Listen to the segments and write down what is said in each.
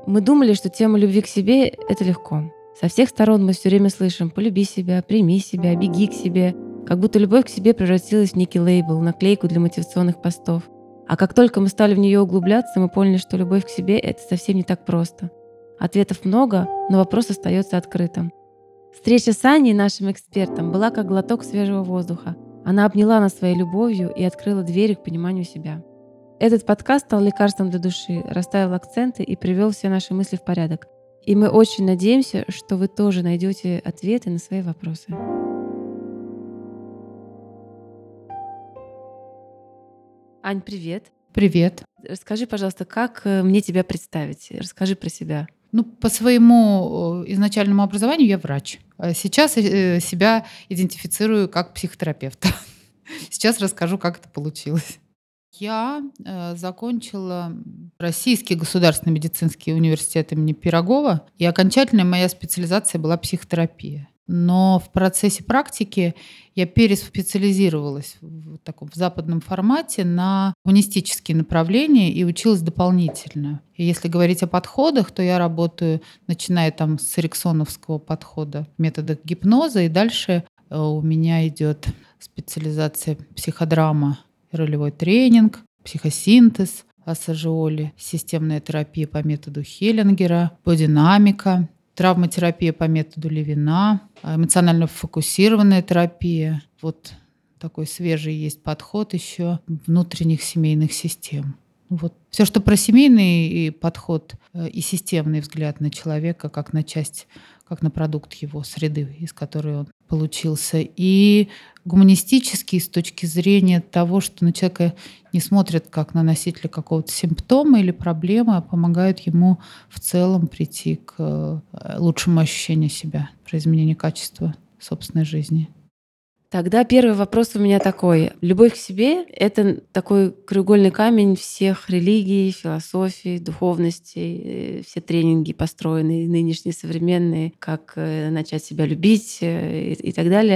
Мы думали, что тема любви к себе — это легко. Со всех сторон мы все время слышим «полюби себя», «прими себя», «беги к себе», как будто любовь к себе превратилась в некий лейбл, наклейку для мотивационных постов. А как только мы стали в нее углубляться, мы поняли, что любовь к себе — это совсем не так просто. Ответов много, но вопрос остается открытым. Встреча с Аней, нашим экспертом, была как глоток свежего воздуха. Она обняла нас своей любовью и открыла двери к пониманию себя. Этот подкаст стал лекарством для души, расставил акценты и привел все наши мысли в порядок. И мы очень надеемся, что вы тоже найдете ответы на свои вопросы. Ань, привет. Привет. Расскажи, пожалуйста, как мне тебя представить? Расскажи про себя. По своему изначальному образованию я врач. А сейчас себя идентифицирую как психотерапевта. Сейчас расскажу, как это получилось. Я закончила Российский государственный медицинский университет имени Пирогова, и окончательная моя специализация была психотерапия. Но в процессе практики я переспециализировалась в западном формате на гуманистические направления и училась дополнительно. И если говорить о подходах, то я работаю, начиная там с эриксоновского подхода, метода гипноза, и дальше у меня идет специализация психодрама, ролевой тренинг, психосинтез, ассажиоли, системная терапия по методу Хеллингера, биодинамика, травматерапия по методу Левина, эмоционально фокусированная терапия. Вот такой свежий есть подход еще внутренних семейных систем. Вот. Все, что про семейный подход и системный взгляд на человека, как на часть, как на продукт его среды, из которой он получился. И гуманистический с точки зрения того, что на человека не смотрят как на носителя какого-то симптома или проблемы, а помогают ему в целом прийти к лучшему ощущению себя, про изменение качества собственной жизни. Тогда первый вопрос у меня такой. Любовь к себе — это такой краеугольный камень всех религий, философий, духовностей. Все тренинги построены, нынешние, современные, как начать себя любить и так далее.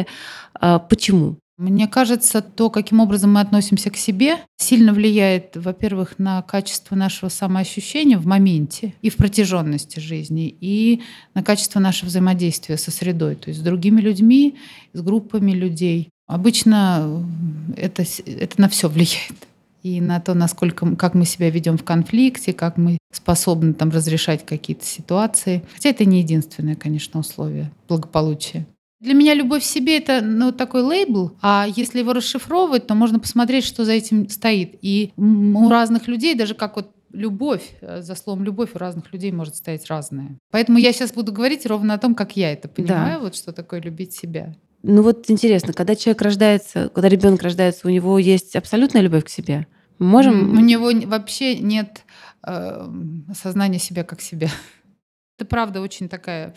Почему? Мне кажется, то, каким образом мы относимся к себе, сильно влияет, во-первых, на качество нашего самоощущения в моменте и в протяженности жизни, и на качество нашего взаимодействия со средой, то есть с другими людьми, с группами людей. Обычно это на все влияет. И на то, как мы себя ведем в конфликте, как мы способны там разрешать какие-то ситуации. Хотя это не единственное, конечно, условие благополучия. Для меня любовь к себе — это такой лейбл, а если его расшифровывать, то можно посмотреть, что за этим стоит. И у разных людей, даже как вот любовь, за словом «любовь» у разных людей может стоять разное. Поэтому я сейчас буду говорить ровно о том, как я это понимаю, вот что такое любить себя. Ну вот интересно, когда человек рождается, когда ребенок рождается, у него есть абсолютная любовь к себе? Мы можем... У него вообще нет осознания себя как себя. Это правда очень такая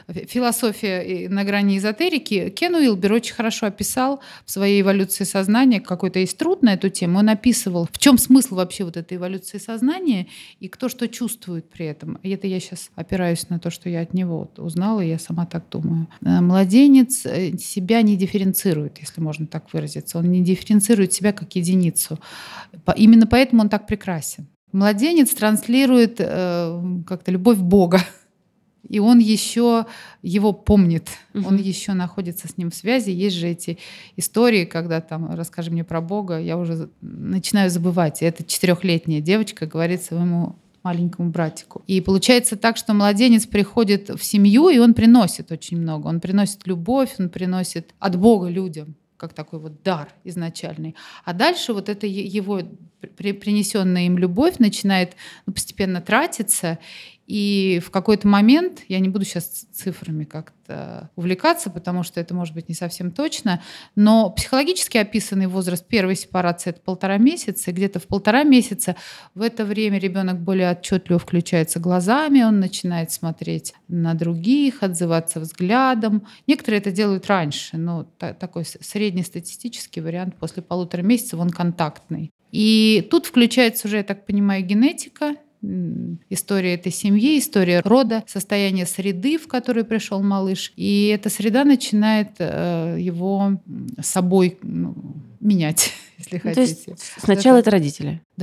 философия на грани эзотерики. Кен Уилбер очень хорошо описал в своей эволюции сознания, какой-то есть труд на эту тему. Он описывал, в чем смысл вообще вот этой эволюции сознания и кто что чувствует при этом. И это я сейчас опираюсь на то, что я от него узнала, и я сама так думаю. Младенец себя не дифференцирует, если можно так выразиться. Он не дифференцирует себя как единицу. Именно поэтому он так прекрасен. Младенец транслирует как-то любовь Бога. И он еще его помнит, он еще находится с ним в связи. Есть же эти истории, когда там «расскажи мне про Бога», я уже начинаю забывать. И эта 4-летняя девочка говорит своему маленькому братику. И получается так, что младенец приходит в семью, и он приносит очень много. Он приносит любовь, он приносит от Бога людям, как такой вот дар изначальный. А дальше вот эта его принесенная им любовь начинает постепенно тратиться. И в какой-то момент, я не буду сейчас цифрами как-то увлекаться, потому что это может быть не совсем точно, но психологически описанный возраст первой сепарации — это 1,5 месяца, и где-то в 1,5 месяца в это время ребенок более отчетливо включается глазами, он начинает смотреть на других, отзываться взглядом. Некоторые это делают раньше, но такой среднестатистический вариант после 1,5 месяца, он контактный. И тут включается уже, я так понимаю, генетика, история этой семьи, история рода, состояние среды, в которой пришел малыш. И эта среда начинает его собой менять, если хотите. То есть сначала это родители. Да.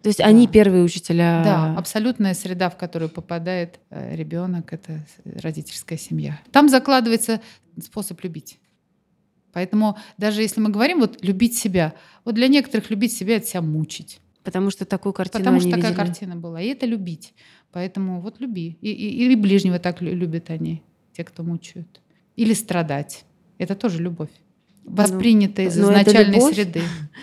То есть они Да. первые Да, учителя. абсолютная среда, в которую попадает ребенок, это родительская семья. Там закладывается способ любить. Поэтому даже если мы говорим вот любить себя, вот для некоторых любить себя — это себя мучить. Потому что такую картину Потому что они такая видели. картина была. И это любить. Поэтому вот люби. И ближнего так любят они, те, кто мучают. Или страдать. Это тоже любовь. Воспринятая из Ну, это изначальной любовь. среды.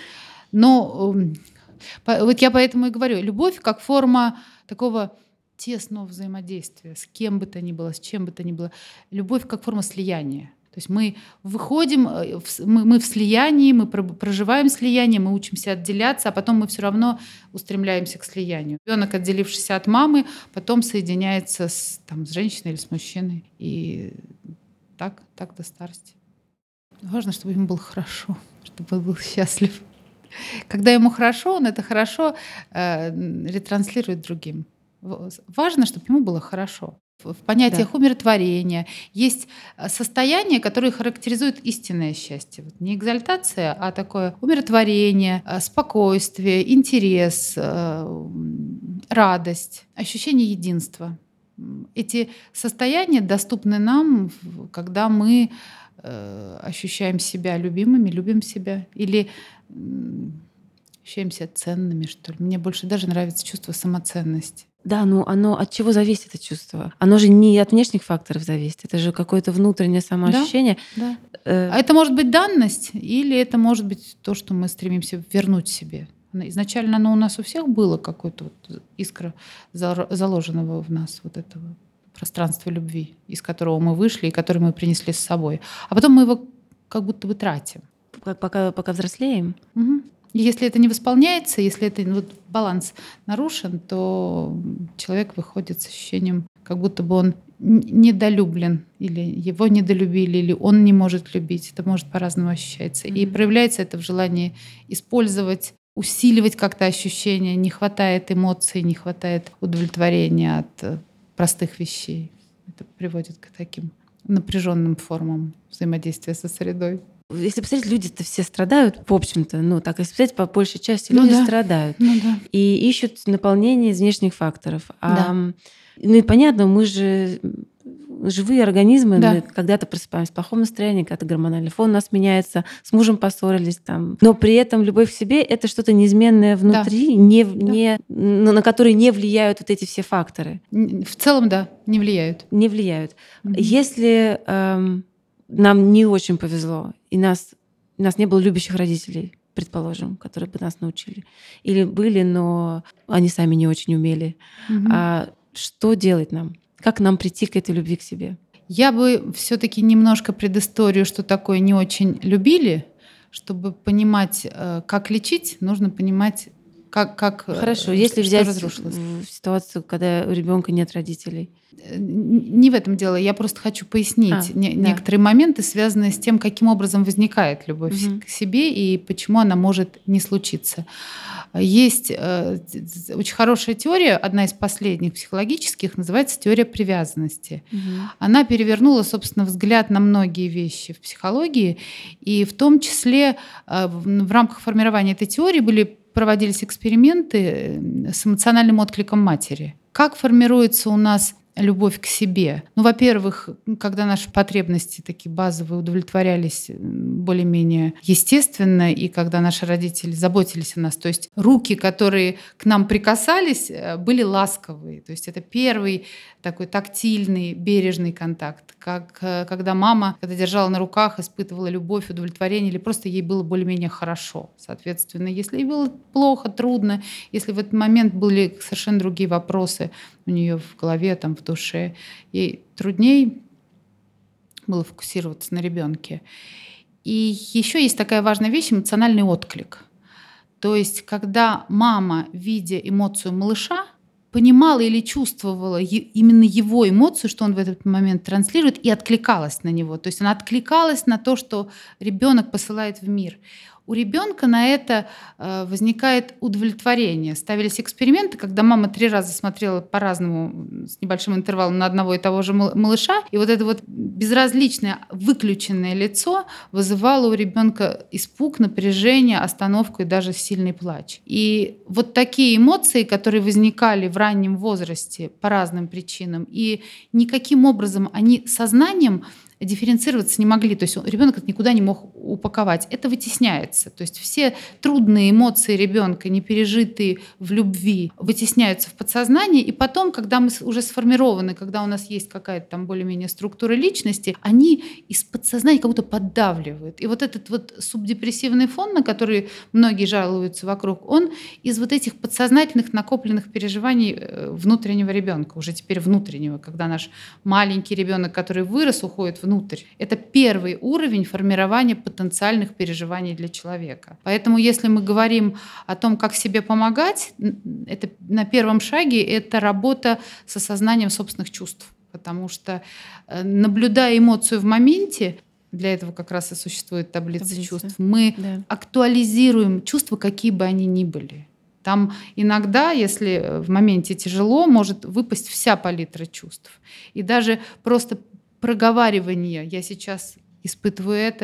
Но вот я поэтому и говорю, любовь как форма такого тесного взаимодействия с кем бы то ни было, с чем бы то ни было. Любовь как форма слияния. То есть мы выходим, мы в слиянии, мы проживаем слияние, мы учимся отделяться, а потом мы все равно устремляемся к слиянию. Ребенок, отделившийся от мамы, потом соединяется с женщиной или с мужчиной. И так до старости. Важно, чтобы ему было хорошо, чтобы он был счастлив. Когда ему хорошо, он это хорошо ретранслирует другим. Важно, чтобы ему было хорошо. В понятиях умиротворения есть состояние, которое характеризует истинное счастье. Вот не экзальтация, а такое умиротворение, спокойствие, интерес, радость, ощущение единства. Эти состояния доступны нам, когда мы ощущаем себя любимыми, любим себя или ощущаем себя ценными, что ли. Мне больше даже нравится чувство самоценности. Да, ну оно от чего зависит это чувство? Оно же не от внешних факторов зависит, это же какое-то внутреннее самоощущение. Да. А это может быть данность, или это может быть то, что мы стремимся вернуть себе. Изначально оно у нас у всех было, какое-то вот искра заложенного в нас вот этого пространства любви, из которого мы вышли и которое мы принесли с собой. А потом мы его как будто бы тратим. Пока взрослеем. Угу. И если это не восполняется, если это баланс нарушен, то человек выходит с ощущением, как будто бы он недолюблен, или его недолюбили, или он не может любить. Это может по-разному ощущаться. И проявляется это в желании использовать, усиливать как-то ощущения. Не хватает эмоций, не хватает удовлетворения от простых вещей. Это приводит к таким напряженным формам взаимодействия со средой. Если посмотреть, люди-то все страдают, в общем-то, если посмотреть, по большей части люди страдают. И ищут наполнение из внешних факторов. И понятно, мы же живые организмы, мы когда-то просыпаемся в плохом настроении, когда-то гормональный фон у нас меняется, с мужем поссорились. Но при этом любовь к себе — это что-то неизменное внутри, на которое не влияют вот эти все факторы. В целом, не влияют. Не влияют. Если нам не очень повезло, и у нас не было любящих родителей, предположим, которые бы нас научили. Или были, но они сами не очень умели. Что делать нам? Как нам прийти к этой любви к себе? Я бы все-таки немножко предысторию, что такое не очень любили. Чтобы понимать, как лечить, нужно понимать, как Хорошо, если взять разрушилось. Ситуацию, когда у ребенка нет родителей. Не в этом дело. Я просто хочу пояснить некоторые моменты, связанные с тем, каким образом возникает любовь к себе и почему она может не случиться. Есть очень хорошая теория, одна из последних психологических, называется теория привязанности. Она перевернула, собственно, взгляд на многие вещи в психологии, и в том числе в рамках формирования этой теории проводились эксперименты с эмоциональным откликом матери. Как формируется у нас любовь к себе? Во-первых, когда наши потребности такие базовые удовлетворялись более-менее естественно, и когда наши родители заботились о нас, то есть руки, которые к нам прикасались, были ласковые. То есть это первый такой тактильный, бережный контакт. Когда мама, когда держала на руках, испытывала любовь, удовлетворение, или просто ей было более-менее хорошо. Соответственно, если ей было плохо, трудно, если в этот момент были совершенно другие вопросы у нее в голове, в душе, ей труднее было фокусироваться на ребенке. И еще есть такая важная вещь — эмоциональный отклик. То есть когда мама, видя эмоцию малыша, понимала или чувствовала именно его эмоцию, что он в этот момент транслирует, и откликалась на него. То есть она откликалась на то, что ребенок посылает в мир. у ребенка на это возникает удовлетворение. Ставились эксперименты, когда мама 3 раза смотрела по-разному, с небольшим интервалом на одного и того же малыша, и вот это вот безразличное, выключенное лицо вызывало у ребенка испуг, напряжение, остановку и даже сильный плач. И вот такие эмоции, которые возникали в раннем возрасте по разным причинам, и никаким образом они сознанием дифференцироваться не могли, то есть ребенок это никуда не мог упаковать. Это вытесняется. То есть все трудные эмоции ребенка, не пережитые в любви, вытесняются в подсознание, и потом, когда мы уже сформированы, когда у нас есть какая-то там более-менее структура личности, они из подсознания как будто поддавливают. И вот этот вот субдепрессивный фон, на который многие жалуются вокруг, он из вот этих подсознательных накопленных переживаний внутреннего ребенка, уже теперь внутреннего, когда наш маленький ребенок, который вырос, уходит внутрь. Это первый уровень формирования потенциальных переживаний для человека. Поэтому если мы говорим о том, как себе помогать, это на первом шаге это работа с осознанием собственных чувств. Потому что, наблюдая эмоцию в моменте, для этого как раз и существует таблица чувств, мы актуализируем чувства, какие бы они ни были. Там иногда, если в моменте тяжело, может выпасть вся палитра чувств. И даже просто проговаривание «я сейчас испытываю это,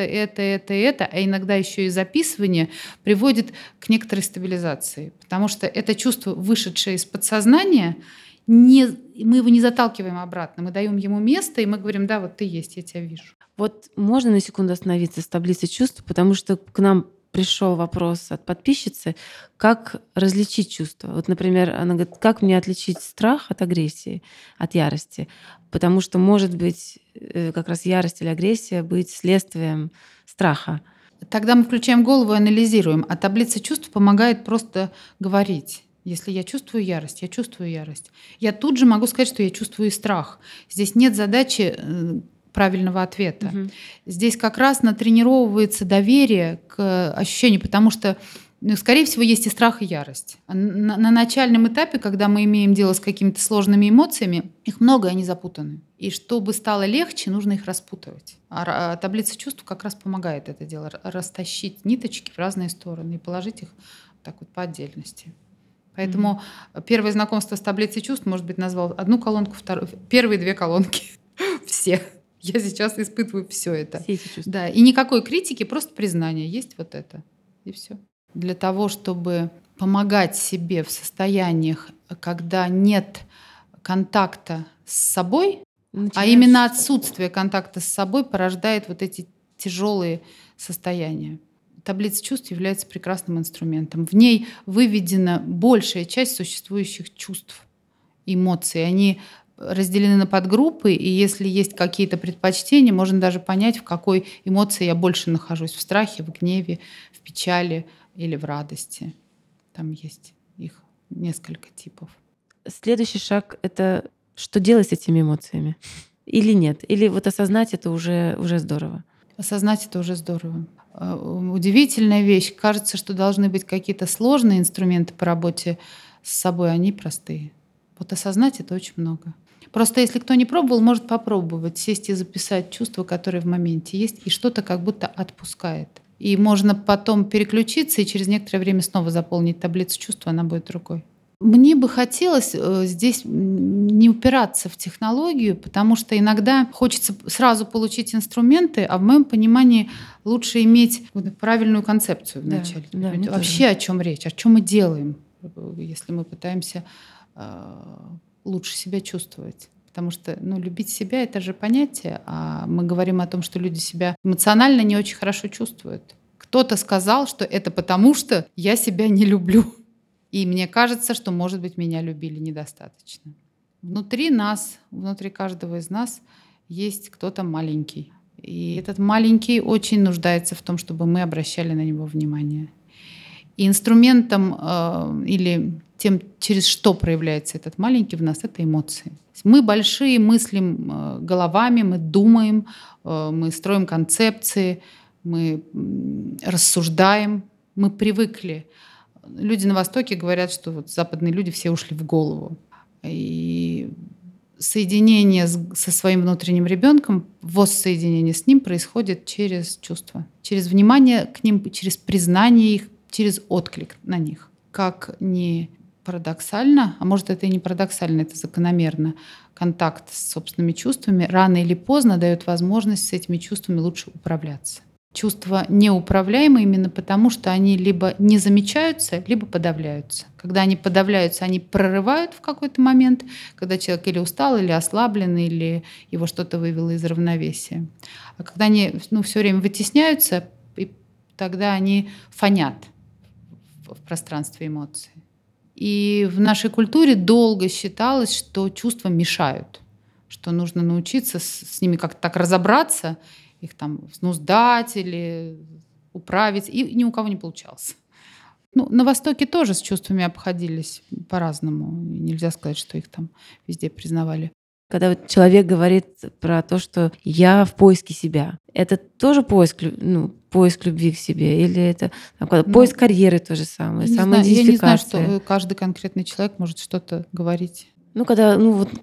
а иногда еще и записывание приводит к некоторой стабилизации. Потому что это чувство, вышедшее из подсознания, мы его не заталкиваем обратно, мы даем ему место, и мы говорим: да, вот ты есть, я тебя вижу. Вот можно на секунду остановиться с таблицей чувств, потому что к нам пришел вопрос от подписчицы, как различить чувства. Вот, например, она говорит, как мне отличить страх от агрессии, от ярости? Потому что, может быть, как раз ярость или агрессия быть следствием страха. Тогда мы включаем голову и анализируем, а таблица чувств помогает просто говорить. Если я чувствую ярость, я чувствую ярость. Я тут же могу сказать, что я чувствую и страх. Здесь нет задачи правильного ответа. Здесь как раз натренировывается доверие к ощущению, потому что, скорее всего, есть и страх, и ярость. На начальном этапе, когда мы имеем дело с какими-то сложными эмоциями, их много, и они запутаны. И чтобы стало легче, нужно их распутывать. А таблица чувств как раз помогает это дело, растащить ниточки в разные стороны и положить их так вот по отдельности. Поэтому первое знакомство с таблицей чувств, может быть, назвал одну колонку, вторую, первые 2 колонки. Все. Я сейчас испытываю все это. Все эти чувства. Да, и никакой критики, просто признание. Есть вот это. И все. Для того, чтобы помогать себе в состояниях, когда нет контакта с собой, а именно отсутствие контакта с собой порождает вот эти тяжелые состояния. Таблица чувств является прекрасным инструментом. В ней выведена большая часть существующих чувств, эмоций. Они разделены на подгруппы, и если есть какие-то предпочтения, можно даже понять, в какой эмоции я больше нахожусь: в страхе, в гневе, в печали или в радости. Там есть их несколько типов. Следующий шаг — это что делать с этими эмоциями? Или нет? Или вот осознать это уже здорово? Осознать это уже здорово. Удивительная вещь. Кажется, что должны быть какие-то сложные инструменты по работе с собой, они простые. Вот осознать это очень много. Просто если кто не пробовал, может попробовать сесть и записать чувства, которые в моменте есть, и что-то как будто отпускает. И можно потом переключиться и через некоторое время снова заполнить таблицу чувств, она будет другой. Мне бы хотелось здесь не упираться в технологию, потому что иногда хочется сразу получить инструменты, а в моем понимании лучше иметь правильную концепцию вначале. Да, вообще о чем речь, о чем мы делаем, если мы пытаемся лучше себя чувствовать. Потому что любить себя — это же понятие, а мы говорим о том, что люди себя эмоционально не очень хорошо чувствуют. Кто-то сказал, что это потому, что я себя не люблю. И мне кажется, что, может быть, меня любили недостаточно. Внутри нас, внутри каждого из нас есть кто-то маленький. И этот маленький очень нуждается в том, чтобы мы обращали на него внимание. И инструментом или тем, через что проявляется этот маленький в нас, это эмоции. Мы большие, мыслим головами, мы думаем, мы строим концепции, мы рассуждаем, мы привыкли. Люди на Востоке говорят, что вот западные люди все ушли в голову. И Соединение со своим внутренним ребенком, воссоединение с ним происходит через чувства, через внимание к ним, через признание их, через отклик на них. Как ни парадоксально, а может это и не парадоксально, это закономерно, контакт с собственными чувствами рано или поздно дает возможность с этими чувствами лучше управляться. Чувства неуправляемы именно потому, что они либо не замечаются, либо подавляются. Когда они подавляются, они прорывают в какой-то момент, когда человек или устал, или ослаблен, или его что-то вывело из равновесия. А когда они все время вытесняются, и тогда они фонят в пространстве эмоций. И в нашей культуре долго считалось, что чувства мешают, что нужно научиться с ними как-то так разобраться, их там снуздать или управить, и ни у кого не получалось. На Востоке тоже с чувствами обходились по-разному. Нельзя сказать, что их там везде признавали. Когда вот человек говорит про то, что я в поиске себя, это тоже поиск любви к себе? Или это поиск карьеры то же самое, самоидентификация? Я не знаю, что каждый конкретный человек может что-то говорить. Когда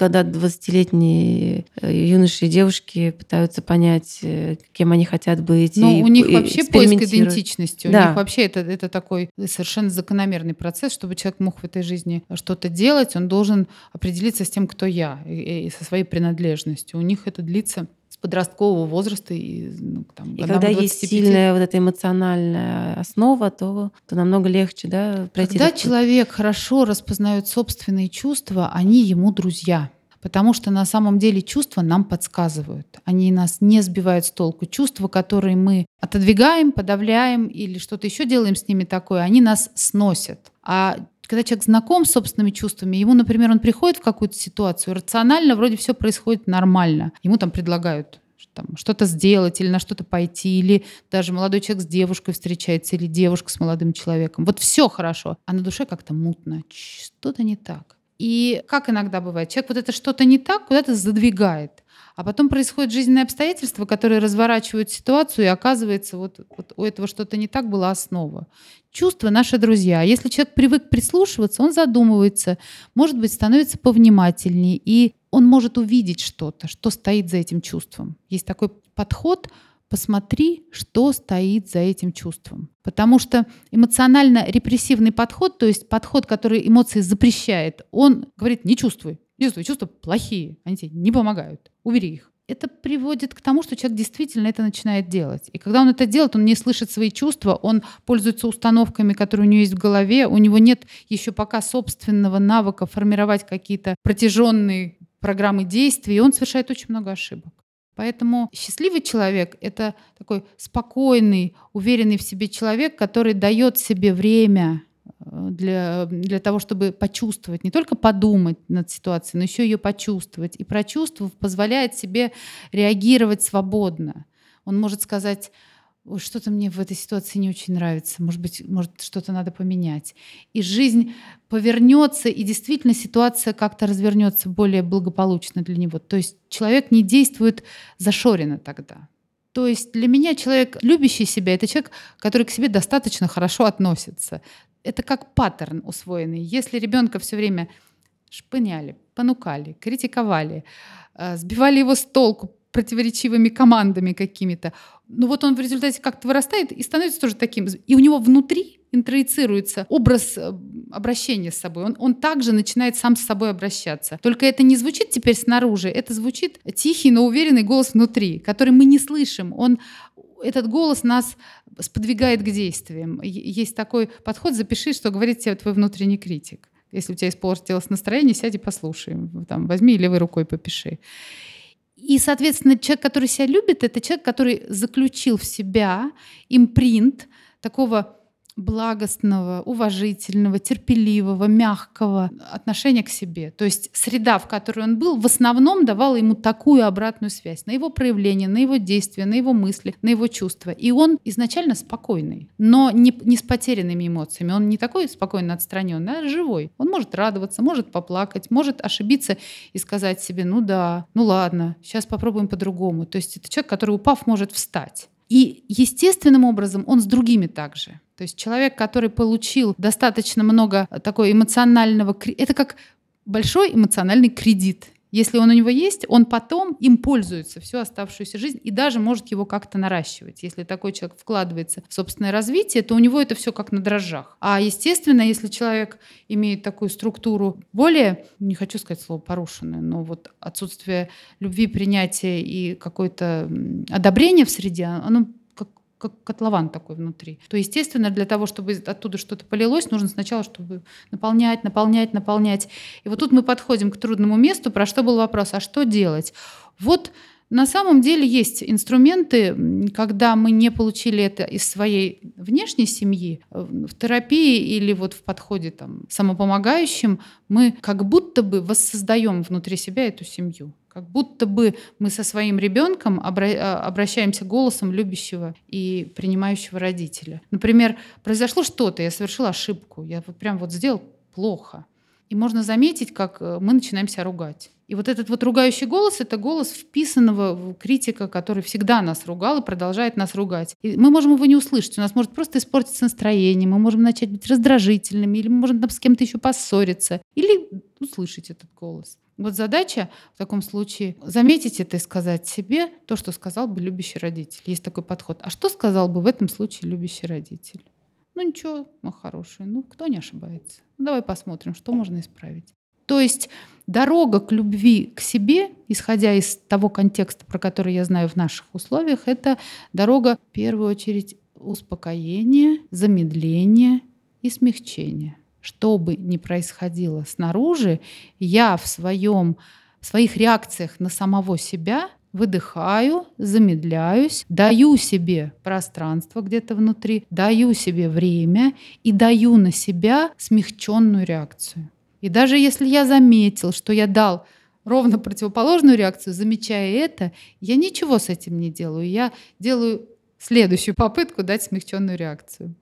20-летние юноши и девушки пытаются понять, кем они хотят быть. У них вообще поиск идентичности. У них вообще это такой совершенно закономерный процесс. Чтобы человек мог в этой жизни что-то делать, он должен определиться с тем, кто я, и со своей принадлежностью. У них это длится с подросткового возраста. И когда есть сильная эта эмоциональная основа, то намного легче пройти. Когда человек хорошо распознает собственные чувства, они ему друзья. Потому что на самом деле чувства нам подсказывают. Они нас не сбивают с толку. Чувства, которые мы отодвигаем, подавляем или что-то еще делаем с ними такое, они нас сносят. А когда человек знаком с собственными чувствами, ему, например, он приходит в какую-то ситуацию, рационально вроде все происходит нормально. Ему там предлагают что-то сделать или на что-то пойти, или даже молодой человек с девушкой встречается, или девушка с молодым человеком. Вот все хорошо, а на душе как-то мутно, что-то не так. И как иногда бывает, человек вот это что-то не так куда-то задвигает, а потом происходят жизненные обстоятельства, которые разворачивают ситуацию, и оказывается, вот у этого что-то не так была основа. Чувства — наши друзья. Если человек привык прислушиваться, он задумывается, может быть, становится повнимательнее, и он может увидеть что-то, что стоит за этим чувством. Есть такой подход: посмотри, что стоит за этим чувством. Потому что эмоционально-репрессивный подход, то есть подход, который эмоции запрещает, он говорит: не чувствуй, чувства плохие, они тебе не помогают, убери их. Это приводит к тому, что человек действительно это начинает делать. И когда он это делает, он не слышит свои чувства, он пользуется установками, которые у него есть в голове, у него нет еще пока собственного навыка формировать какие-то протяженные программы действий, и он совершает очень много ошибок. Поэтому счастливый человек — это такой спокойный, уверенный в себе человек, который дает себе время для того, чтобы почувствовать, не только подумать над ситуацией, но еще ее почувствовать. И прочувствовав, позволяет себе реагировать свободно. Он может сказать: ой, что-то мне в этой ситуации не очень нравится, может что-то надо поменять. И жизнь повернется, и действительно ситуация как-то развернется более благополучно для него. То есть человек не действует зашоренно тогда. То есть для меня человек, любящий себя, это человек, который к себе достаточно хорошо относится. Это как паттерн усвоенный. Если ребенка все время шпыняли, понукали, критиковали, сбивали его с толку противоречивыми командами какими-то, вот он в результате как-то вырастает и становится тоже таким. И у него внутри интроицируется образ обращения с собой. Он также начинает сам с собой обращаться. Только это не звучит теперь снаружи, это звучит тихий, но уверенный голос внутри, который мы не слышим. Этот голос нас сподвигает к действиям. Есть такой подход: запиши, что говорит тебе твой внутренний критик. Если у тебя испортилось настроение, сядь и послушай. Возьми левой рукой попиши. И, соответственно, человек, который себя любит, это человек, который заключил в себя импринт такого благостного, уважительного, терпеливого, мягкого отношения к себе. То есть среда, в которой он был, в основном давала ему такую обратную связь на его проявления, на его действия, на его мысли, на его чувства. И он изначально спокойный, но не с потерянными эмоциями. Он не такой спокойно отстраненный, а живой. Он может радоваться, может поплакать, может ошибиться и сказать себе: ну да, ну ладно, сейчас попробуем по-другому. То есть это человек, который, упав, может встать. И естественным образом он с другими также. То есть человек, который получил достаточно много такого эмоционального... Это как большой эмоциональный кредит. Если он у него есть, он потом им пользуется всю оставшуюся жизнь и даже может его как-то наращивать. Если такой человек вкладывается в собственное развитие, то у него это все как на дрожжах. А естественно, если человек имеет такую структуру более, не хочу сказать слово порушенную, но вот отсутствие любви, принятия и какое-то одобрение в среде, оно как котлован такой внутри. То, естественно, для того, чтобы оттуда что-то полилось, нужно сначала, чтобы наполнять, наполнять, наполнять. И вот тут мы подходим к трудному месту, про что был вопрос, а что делать? Вот на самом деле есть инструменты, когда мы не получили это из своей внешней семьи, в терапии или вот в подходе там, самопомогающем, мы как будто бы воссоздаем внутри себя эту семью. Как будто бы мы со своим ребенком обращаемся голосом любящего и принимающего родителя. Например, произошло что-то, я совершила ошибку, я вот прям вот сделал плохо. И можно заметить, как мы начинаем себя ругать. И вот этот вот ругающий голос — это голос вписанного критика, который всегда нас ругал и продолжает нас ругать. И мы можем его не услышать, у нас может просто испортиться настроение, мы можем начать быть раздражительными, или мы можем там с кем-то еще поссориться, или услышать этот голос. Вот задача в таком случае заметить это и сказать себе то, что сказал бы любящий родитель. Есть такой подход. А что сказал бы в этом случае любящий родитель? Ну ничего, мой хороший, ну кто не ошибается? Ну, давай посмотрим, что можно исправить. То есть дорога к любви к себе, исходя из того контекста, про который я знаю в наших условиях, это дорога в первую очередь успокоения, замедления и смягчения. Что бы ни происходило снаружи, я в своих реакциях на самого себя выдыхаю, замедляюсь, даю себе пространство где-то внутри, даю себе время и даю на себя смягченную реакцию. И даже если я заметил, что я дал ровно противоположную реакцию, замечая это, я ничего с этим не делаю. Я делаю следующую попытку дать смягченную реакцию.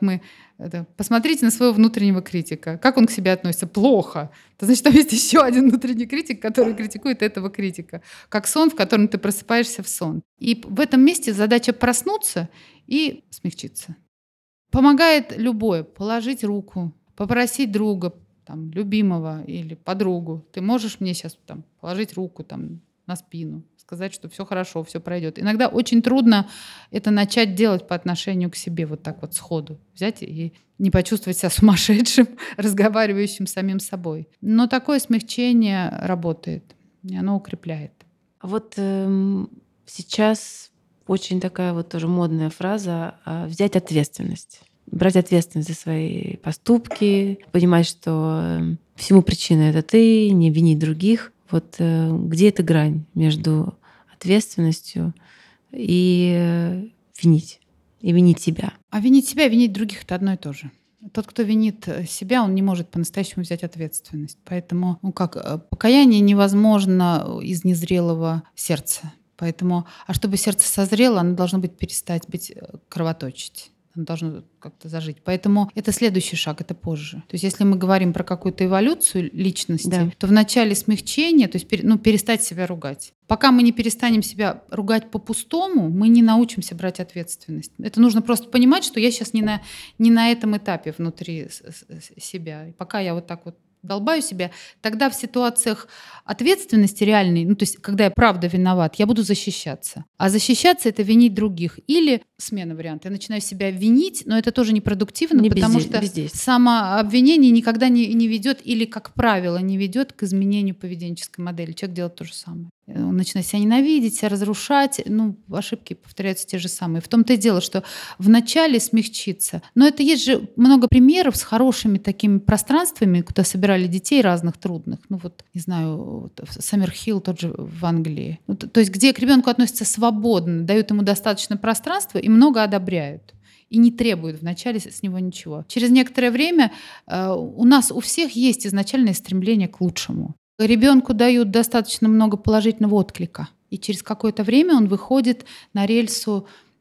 Посмотрите на своего внутреннего критика. Как он к себе относится? Плохо. Это значит, там есть еще один внутренний критик, который критикует этого критика. Как сон, в котором ты просыпаешься в сон. И в этом месте задача проснуться и смягчиться. Помогает любое. Положить руку, попросить друга, там, любимого или подругу. Ты можешь мне сейчас там, положить руку там, на спину, сказать, что все хорошо, все пройдет. Иногда очень трудно это начать делать по отношению к себе вот так вот сходу. Взять и не почувствовать себя сумасшедшим, разговаривающим с самим собой. Но такое смягчение работает, и оно укрепляет. А вот сейчас очень такая вот тоже модная фраза «взять ответственность». Брать ответственность за свои поступки, понимать, что всему причина — это ты, не винить других. Вот где эта грань между ответственностью и винить себя? А винить себя и винить других — это одно и то же. Тот, кто винит себя, он не может по-настоящему взять ответственность. Поэтому покаяние невозможно из незрелого сердца. Поэтому, а чтобы сердце созрело, оно должно перестать кровоточить. Оно должно как-то зажить. Поэтому это следующий шаг, это позже. То есть если мы говорим про какую-то эволюцию личности, да, то в начале смягчения, то есть перестать себя ругать. Пока мы не перестанем себя ругать по-пустому, мы не научимся брать ответственность. Это нужно просто понимать, что я сейчас не на этом этапе внутри себя. И пока я вот так вот долбаю себя, тогда в ситуациях ответственности реальной, то есть когда я правда виноват, я буду защищаться. А защищаться — это винить других. Или смена варианта. Я начинаю себя винить, но это тоже непродуктивно, потому что самообвинение никогда не ведет или, как правило, не ведет к изменению поведенческой модели. Человек делает то же самое. Он начинает себя ненавидеть, себя разрушать. Ошибки повторяются те же самые. В том-то и дело, что вначале смягчиться. Но это есть же много примеров с хорошими такими пространствами, куда собирали детей разных трудных. Не знаю, Саммерхилл тот же в Англии. То есть где к ребенку относятся свободно, дают ему достаточно пространства и много одобряют. И не требуют вначале с него ничего. Через некоторое время у всех есть изначальное стремление к лучшему. Ребенку дают достаточно много положительного отклика. И через какое-то время он выходит на рельсу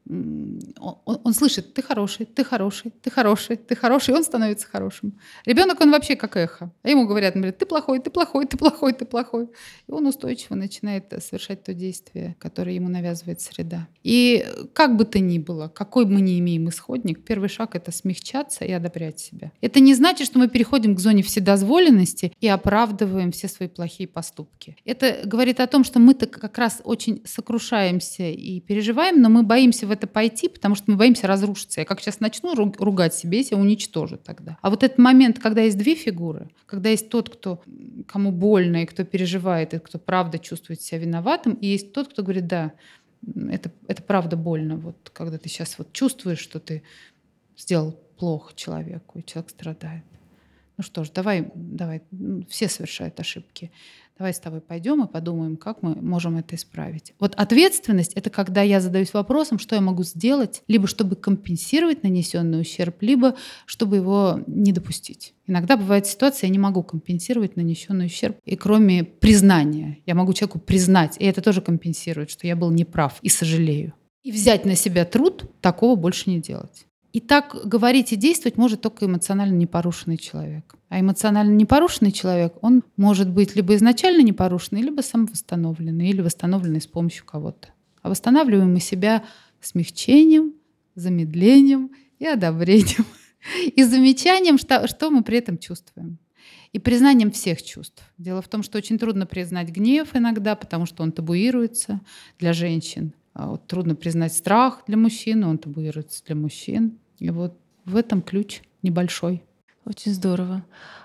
он слышит: ты хороший, ты хороший, ты хороший, ты хороший, и он становится хорошим. Ребенок, он вообще как эхо. А ему говорят, например, ты плохой, ты плохой, ты плохой, ты плохой. И он устойчиво начинает совершать то действие, которое ему навязывает среда. И как бы то ни было, какой мы ни имеем исходник, первый шаг — это смягчаться и одобрять себя. Это не значит, что мы переходим к зоне вседозволенности и оправдываем все свои плохие поступки. Это говорит о том, что мы-то как раз очень сокрушаемся и переживаем, но мы боимся в это пойти, потому что мы боимся разрушиться. Я как сейчас начну ругать себя, я себя уничтожу тогда. А вот этот момент, когда есть две фигуры, когда есть тот, кому больно и кто переживает, и кто правда чувствует себя виноватым, и есть тот, кто говорит: да, это правда больно. Вот когда ты сейчас вот чувствуешь, что ты сделал плохо человеку, и человек страдает. Ну что ж, давай, все совершают ошибки. Давай с тобой пойдем и подумаем, как мы можем это исправить. Вот ответственность — это когда я задаюсь вопросом, что я могу сделать, либо чтобы компенсировать нанесенный ущерб, либо чтобы его не допустить. Иногда бывает ситуация, я не могу компенсировать нанесенный ущерб, и кроме признания, я могу человеку признать, и это тоже компенсирует, что я был неправ и сожалею. И взять на себя труд такого больше не делать. И так говорить и действовать может только эмоционально непорушенный человек. А эмоционально непорушенный человек, он может быть либо изначально непорушенный, либо самовосстановленный, или восстановленный с помощью кого-то. А восстанавливаем мы себя смягчением, замедлением и одобрением. И замечанием, что мы при этом чувствуем. И признанием всех чувств. Дело в том, что очень трудно признать гнев иногда, потому что он табуируется для женщин. Вот трудно признать страх для мужчин, он табуируется для мужчин. И вот в этом ключ небольшой. Очень здорово.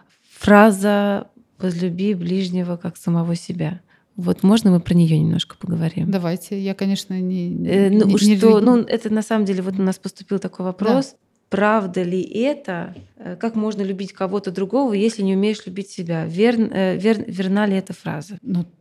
Фраза «возлюби ближнего как самого себя». Вот можно мы про нее немножко поговорим? Давайте. Я, конечно, не это на самом деле вот у нас поступил такой вопрос. Да. Правда ли это? Как можно любить кого-то другого, если не умеешь любить себя? Верна ли эта фраза?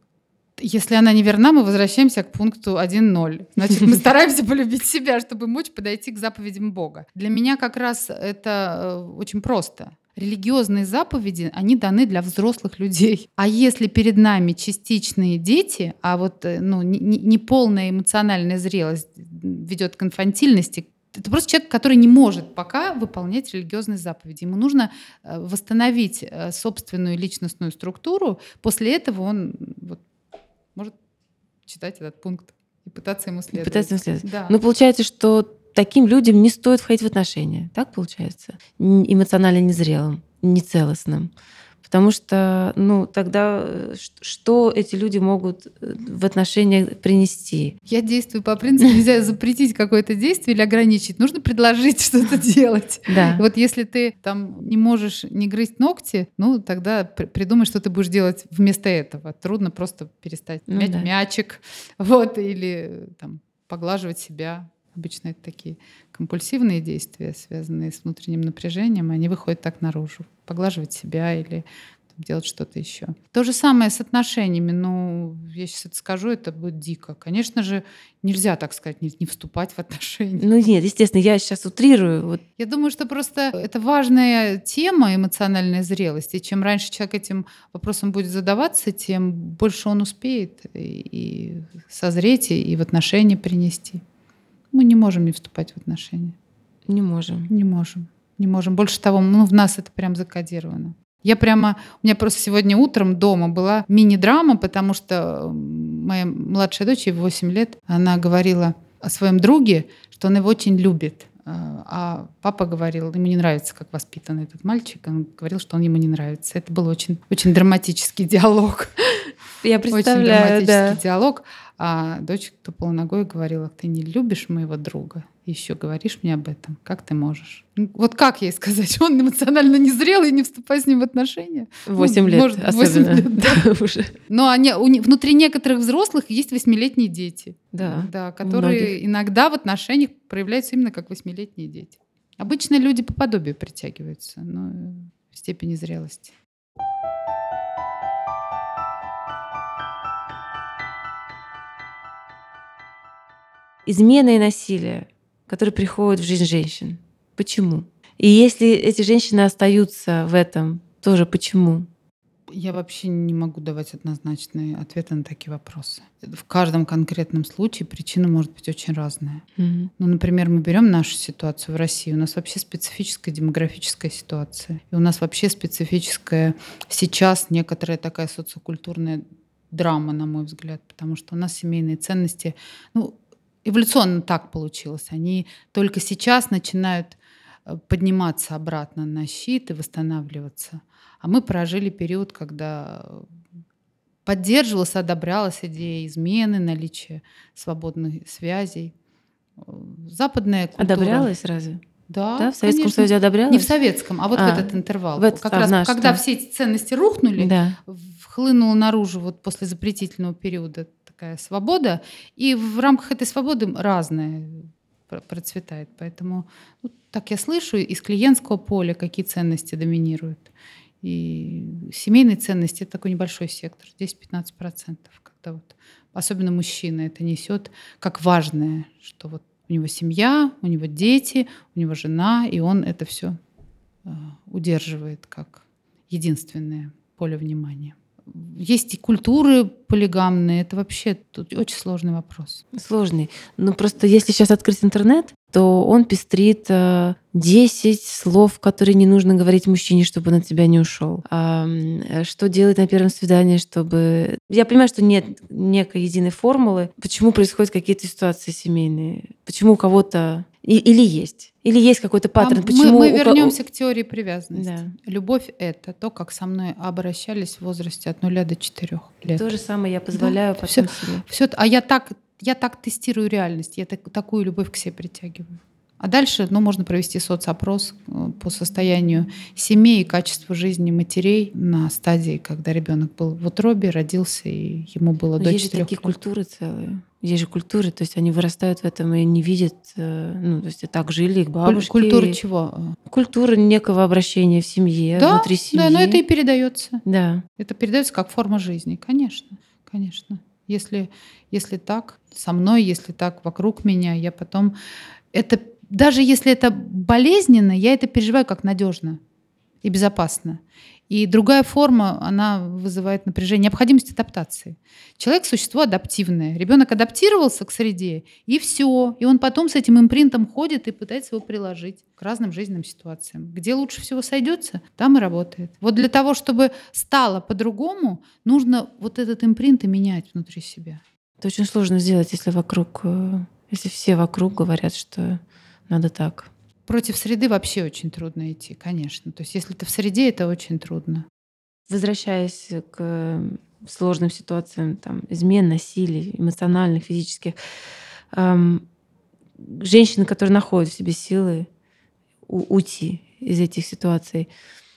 Если она не верна, мы возвращаемся к пункту 1.0. Значит, мы стараемся полюбить себя, чтобы мочь подойти к заповедям Бога. Для меня как раз это очень просто. Религиозные заповеди, они даны для взрослых людей. А если перед нами частичные дети, а вот неполная эмоциональная зрелость ведет к инфантильности, это просто человек, который не может пока выполнять религиозные заповеди. Ему нужно восстановить собственную личностную структуру. После этого он может читать этот пункт и пытаться ему следовать. Да. Но получается, что таким людям не стоит входить в отношения. Так получается? Эмоционально незрелым, нецелостным. Потому что, тогда что эти люди могут в отношениях принести? Я действую по принципу, нельзя запретить какое-то действие или ограничить. Нужно предложить что-то делать. Да. Вот если ты там не можешь не грызть ногти, тогда придумай, что ты будешь делать вместо этого. Трудно просто перестать мять мячик, или там поглаживать себя. Обычно это такие компульсивные действия, связанные с внутренним напряжением, они выходят так наружу. Поглаживать себя или делать что-то еще. То же самое с отношениями. Я сейчас это скажу, это будет дико. Конечно же, нельзя, так сказать, не вступать в отношения. Нет, естественно, я сейчас утрирую. Я думаю, что просто это важная тема эмоциональной зрелости. Чем раньше человек этим вопросом будет задаваться, тем больше он успеет и созреть, и в отношения принести. Мы не можем не вступать в отношения. Не можем. Не можем. Больше того, в нас это прям закодировано. У меня просто сегодня утром дома была мини-драма, потому что моя младшая дочь, ей 8 лет, она говорила о своем друге, что он его очень любит. А папа говорил, ему не нравится, как воспитан этот мальчик. Он говорил, что он ему не нравится. Это был очень, очень драматический диалог. Я представляю, очень драматический диалог. А дочь топала ногой и говорила: ты не любишь моего друга? Еще говоришь мне об этом? Как ты можешь? Вот как ей сказать, что он эмоционально незрелый, и не вступай с ним в отношения? 8 лет может, особенно. 8 лет, да. Уже. Но внутри некоторых взрослых есть 8-летние дети, да, которые иногда в отношениях проявляются именно как 8-летние дети. Обычно люди по подобию притягиваются, но в степени зрелости. Измена и насилие, которые приходят в жизнь женщин. Почему? И если эти женщины остаются в этом, тоже почему? Я вообще не могу давать однозначные ответы на такие вопросы. В каждом конкретном случае причина может быть очень разная. Мгм. Ну, например, мы берем нашу ситуацию в России. У нас вообще специфическая демографическая ситуация. И у нас вообще специфическая сейчас некоторая такая социокультурная драма, на мой взгляд, потому что у нас семейные ценности, ну, эволюционно так получилось. Они только сейчас начинают подниматься обратно на щит и восстанавливаться. А мы прожили период, когда поддерживалась, одобрялась идея измены, наличия свободных связей. Западная культура. Одобрялось разве? Да, Да, в Советском конечно. Союзе Не в одобрялось? советском, а вот в А, этот интервал. в этот, Как в раз наш, когда да. все эти ценности рухнули, Да. хлынула наружу вот после запретительного периода такая свобода, и в рамках этой свободы разное процветает. Поэтому ну, так я слышу из клиентского поля, какие ценности доминируют. И семейные ценности — это такой небольшой сектор, 10-15%. Когда вот, особенно мужчина это несет как важное, что вот у него семья, у него дети, у него жена, и он это все удерживает как единственное поле внимания. Есть и культуры полигамные. Это вообще тут очень сложный вопрос. Сложный. Но просто если сейчас открыть интернет, то он пестрит 10 слов, которые не нужно говорить мужчине, чтобы он от тебя не ушел. Что делать на первом свидании, чтобы... Я понимаю, что нет некой единой формулы, почему происходят какие-то ситуации семейные, почему у кого-то... Или есть. Или есть какой-то паттерн. Почему Мы вернемся к теории привязанности. Да. Любовь — это то, как со мной обращались в возрасте от 0 до 4 лет. То же самое я позволяю потом себе. Всё, а я так тестирую реальность, я такую любовь к себе притягиваю. А дальше, можно провести соцопрос по состоянию семей и качеству жизни матерей на стадии, когда ребенок был в утробе, родился, и ему было Но до есть же 4 такие лет. культуры целые. Есть же культуры, то есть они вырастают в этом и не видят, то есть и так жили их бабушки. Культура чего? Культура некого обращения в семье, Да, внутри семьи. да, но это и передается. Да. Это передается как форма жизни, конечно, конечно. Если так со мной, если так вокруг меня, я потом это даже если это болезненно, я это переживаю как надежно и безопасно. И другая форма, она вызывает напряжение, необходимость адаптации. Человек — существо адаптивное. Ребенок адаптировался к среде, и все. И он потом с этим импринтом ходит и пытается его приложить к разным жизненным ситуациям. Где лучше всего сойдется, там и работает. Вот для того, чтобы стало по-другому, нужно вот этот импринт и менять внутри себя. Это очень сложно сделать, если все вокруг говорят, что надо так. Против среды вообще очень трудно идти, конечно. То есть если ты в среде, это очень трудно. Возвращаясь к сложным ситуациям, там, измен, насилий, эмоциональных, физических, женщины, которые находят в себе силы уйти из этих ситуаций,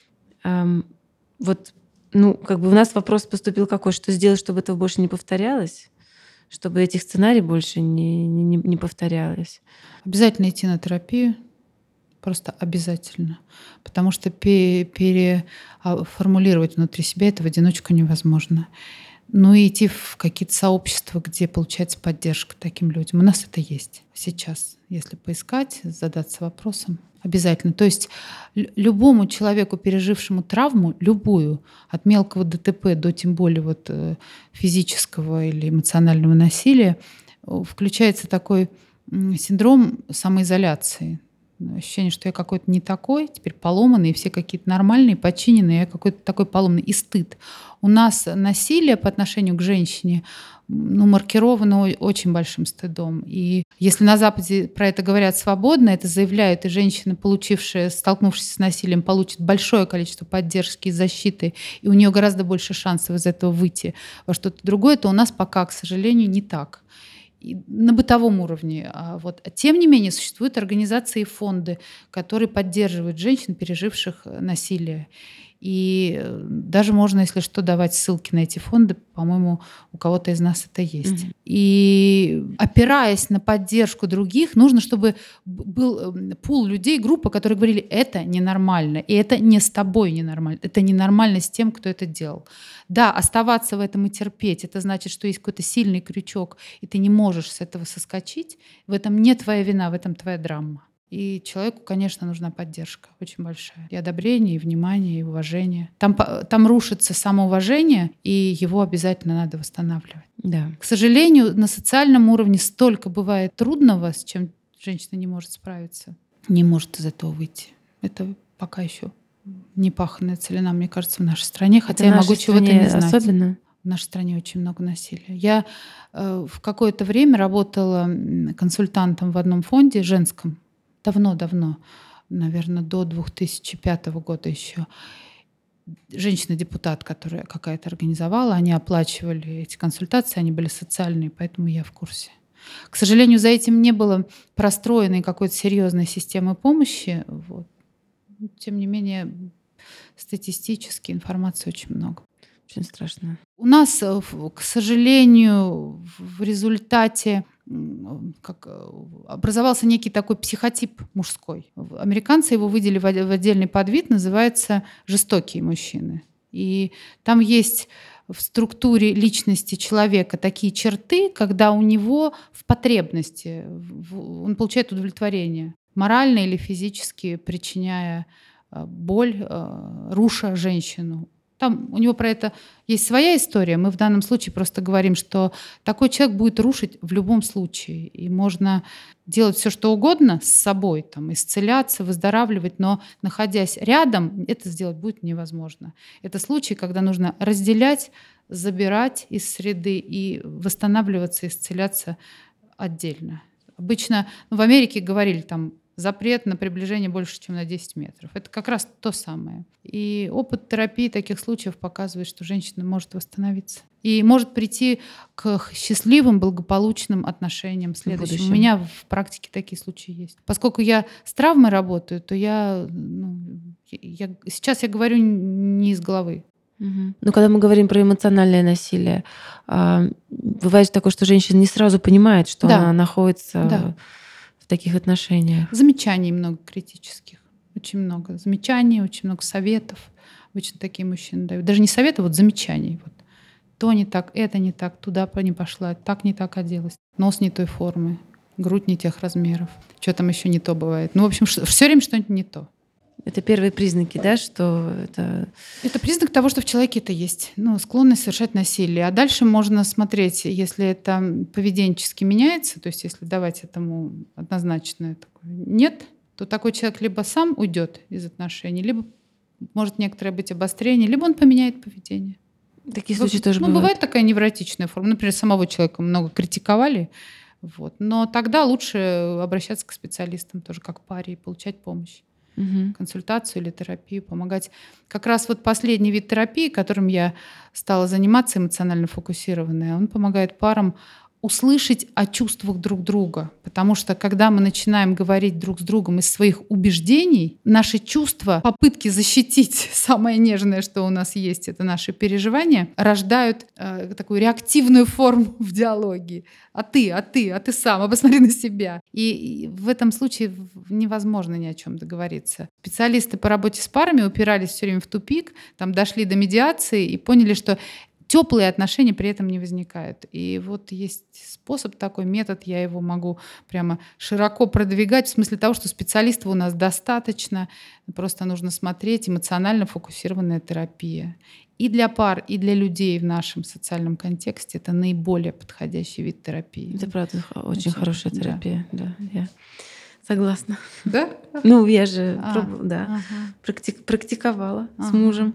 вот, у нас вопрос поступил какой, что сделать, чтобы этого больше не повторялось, чтобы этих сценариев больше не повторялось. Обязательно идти на терапию. Просто обязательно. Потому что переформулировать внутри себя это в одиночку невозможно. Ну и идти в какие-то сообщества, где получается поддержка таким людям. У нас это есть сейчас. Если поискать, задаться вопросом, обязательно. То есть любому человеку, пережившему травму, любую, от мелкого ДТП до тем более физического или эмоционального насилия, включается такой синдром самоизоляции. Ощущение, что я какой-то не такой, теперь поломанный, и все какие-то нормальные, подчиненные, я какой-то такой поломанный. И стыд. У нас насилие по отношению к женщине маркировано очень большим стыдом. И если на Западе про это говорят свободно, это заявляют, и женщина, столкнувшись с насилием, получит большое количество поддержки и защиты, и у нее гораздо больше шансов из этого выйти во что-то другое, то у нас пока, к сожалению, не так. И на бытовом уровне. Тем не менее, существуют организации и фонды, которые поддерживают женщин, переживших насилие. И даже можно, если что, давать ссылки на эти фонды. По-моему, у кого-то из нас это есть. Мгм. И опираясь на поддержку других, нужно, чтобы был пул людей, группа, которые говорили, это ненормально, и это не с тобой ненормально, это ненормально с тем, кто это делал. Да, оставаться в этом и терпеть, это значит, что есть какой-то сильный крючок, и ты не можешь с этого соскочить. В этом не твоя вина, в этом твоя драма. И человеку, конечно, нужна поддержка очень большая. И одобрение, и внимание, и уважение. Там рушится самоуважение, и его обязательно надо восстанавливать. Да. К сожалению, на социальном уровне столько бывает трудного, с чем женщина не может справиться, не может из этого выйти. Это пока еще не паханная целина, мне кажется, в нашей стране, хотя я могу чего-то не знать. Особенно. В нашей стране очень много насилия. Я в какое-то время работала консультантом в одном фонде женском. Давно-давно, наверное, до 2005 года еще. Женщина-депутат, которая какая-то организовала, они оплачивали эти консультации, они были социальные, поэтому я в курсе. К сожалению, за этим не было простроенной какой-то серьезной системы помощи. Вот. Тем не менее, статистически информации очень много. Очень страшно. У нас, к сожалению, в результате образовался некий такой психотип мужской. Американцы его выделили в отдельный подвид, называется «жестокие мужчины». И там есть в структуре личности человека такие черты, когда у него в потребности он получает удовлетворение, морально или физически причиняя боль, руша женщину. Там у него про это есть своя история. Мы в данном случае просто говорим, что такой человек будет рушить в любом случае. И можно делать все, что угодно с собой, там, исцеляться, выздоравливать, но находясь рядом, это сделать будет невозможно. Это случай, когда нужно разделять, забирать из среды и восстанавливаться, исцеляться отдельно. Обычно в Америке говорили там, запрет на приближение больше, чем на 10 метров. Это как раз то самое. И опыт терапии таких случаев показывает, что женщина может восстановиться. И может прийти к счастливым, благополучным отношениям следующим. У меня в практике такие случаи есть. Поскольку я с травмой работаю, то сейчас я говорю не из головы. Угу. Но когда мы говорим про эмоциональное насилие, бывает такое, что женщина не сразу понимает, что она находится в таких отношениях. Замечаний много критических. Очень много замечаний, очень много советов. Обычно такие мужчины дают. Даже не советы, вот замечаний. Вот. То не так, это не так, туда не пошла, так не так оделась. Нос не той формы, грудь не тех размеров. Что там еще не то бывает. Ну, в общем, все время что-нибудь не то. Это первые признаки, да, что это... Это признак того, что в человеке это есть. Склонность совершать насилие. А дальше можно смотреть, если это поведенчески меняется, то есть если давать этому однозначное такое нет, то такой человек либо сам уйдет из отношений, либо может некоторое быть обострение, либо он поменяет поведение. Такие случаи тоже бывают. Бывает такая невротичная форма. Например, самого человека много критиковали, но тогда лучше обращаться к специалистам тоже как паре и получать помощь. Консультацию или терапию, помогать. Как раз последний вид терапии, которым я стала заниматься, эмоционально фокусированная, он помогает парам услышать о чувствах друг друга. Потому что когда мы начинаем говорить друг с другом из своих убеждений, наши чувства, попытки защитить самое нежное, что у нас есть, это наши переживания, рождают такую реактивную форму в диалоге. А ты сам, посмотри на себя. И в этом случае невозможно ни о чем договориться. Специалисты по работе с парами упирались все время в тупик, там дошли до медиации и поняли, что теплые отношения при этом не возникают. И есть способ такой, метод, я его могу прямо широко продвигать, в смысле того, что специалистов у нас достаточно, просто нужно смотреть, эмоционально фокусированная терапия. И для пар, и для людей в нашем социальном контексте это наиболее подходящий вид терапии. Это правда очень хорошая терапия, да, я согласна. Да? Я же пробовала, практиковала с мужем.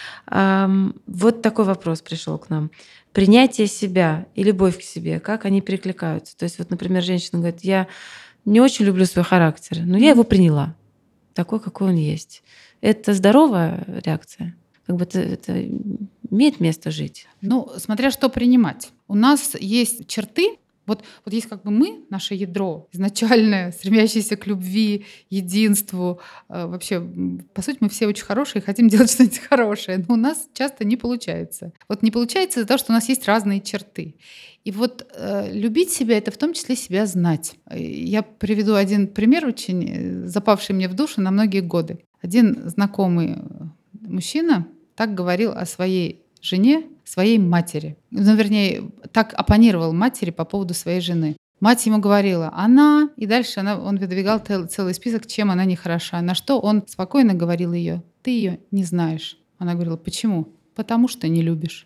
Вот такой вопрос пришел к нам. Принятие себя и любовь к себе, как они перекликаются? То есть, например, женщина говорит, я не очень люблю свой характер, но я его приняла, такой, какой он есть. Это здоровая реакция? Это имеет место жить? Смотря что принимать. У нас есть черты. Вот есть мы, наше ядро изначальное, стремящееся к любви, единству. Вообще, по сути, мы все очень хорошие и хотим делать что-нибудь хорошее, но у нас часто не получается. Не получается из-за того, что у нас есть разные черты. И любить себя — это в том числе себя знать. Я приведу один пример, очень запавший мне в душу на многие годы. Один знакомый мужчина так говорил о своей жене, своей матери. Вернее, так оппонировал матери по поводу своей жены. Мать ему говорила: она, и дальше он выдвигал целый список, чем она нехороша. На что он спокойно говорил ее: ты ее не знаешь. Она говорила: почему? Потому что не любишь.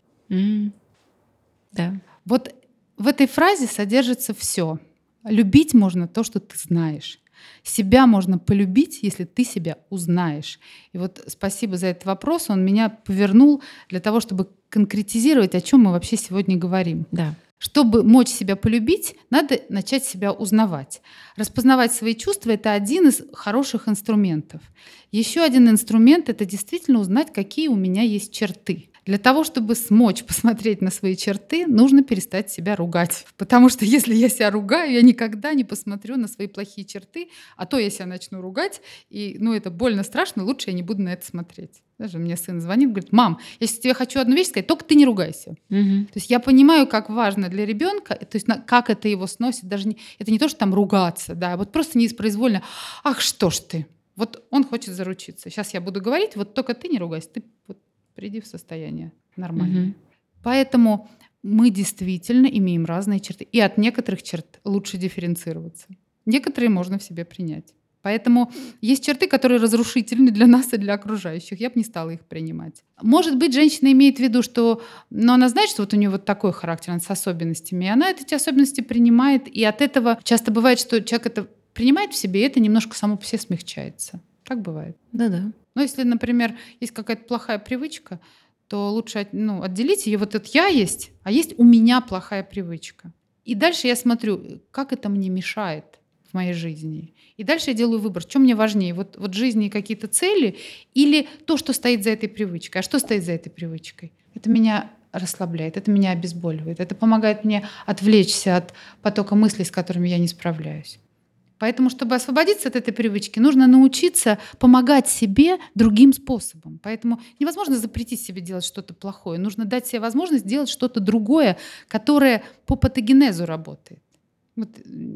Да. Вот в этой фразе содержится все. Любить можно то, что ты знаешь. Себя можно полюбить, если ты себя узнаешь. И вот спасибо за этот вопрос. Он меня повернул для того, чтобы конкретизировать, о чем мы вообще сегодня говорим. Да. Чтобы мочь себя полюбить, надо начать себя узнавать. Распознавать свои чувства — это один из хороших инструментов. Еще один инструмент — это действительно узнать, какие у меня есть черты. Для того, чтобы смочь посмотреть на свои черты, нужно перестать себя ругать. Потому что если я себя ругаю, я никогда не посмотрю на свои плохие черты, а то я себя начну ругать, и это больно, страшно, лучше я не буду на это смотреть. Даже мне сын звонит, говорит: мам, если тебе хочу одну вещь сказать, только ты не ругайся. То есть я понимаю, как важно для ребенка, то есть как это его сносит. Это не то, что там ругаться, да, вот просто неиспроизвольно: ах, что ж ты. Вот он хочет заручиться. Сейчас я буду говорить, вот только ты не ругайся, ты вот приди в состояние нормальное. Поэтому мы действительно имеем разные черты. И от некоторых черт лучше дифференцироваться. Некоторые можно в себе принять. Поэтому есть черты, которые разрушительны для нас и для окружающих. Я бы не стала их принимать. Может быть, женщина имеет в виду, что она знает, что вот у нее вот такой характер, она с особенностями, и она эти особенности принимает, и от этого часто бывает, что человек это принимает в себе, и это немножко само по себе смягчается. Так бывает. Да-да. Но если, например, есть какая-то плохая привычка, то лучше отделить ее. Вот это я есть, а есть у меня плохая привычка. И дальше я смотрю, как это мне мешает в моей жизни. И дальше я делаю выбор, что мне важнее, вот в жизни какие-то цели или то, что стоит за этой привычкой. А что стоит за этой привычкой? Это меня расслабляет, это меня обезболивает, это помогает мне отвлечься от потока мыслей, с которыми я не справляюсь. Поэтому, чтобы освободиться от этой привычки, нужно научиться помогать себе другим способом. Поэтому невозможно запретить себе делать что-то плохое. Нужно дать себе возможность делать что-то другое, которое по патогенезу работает. Вот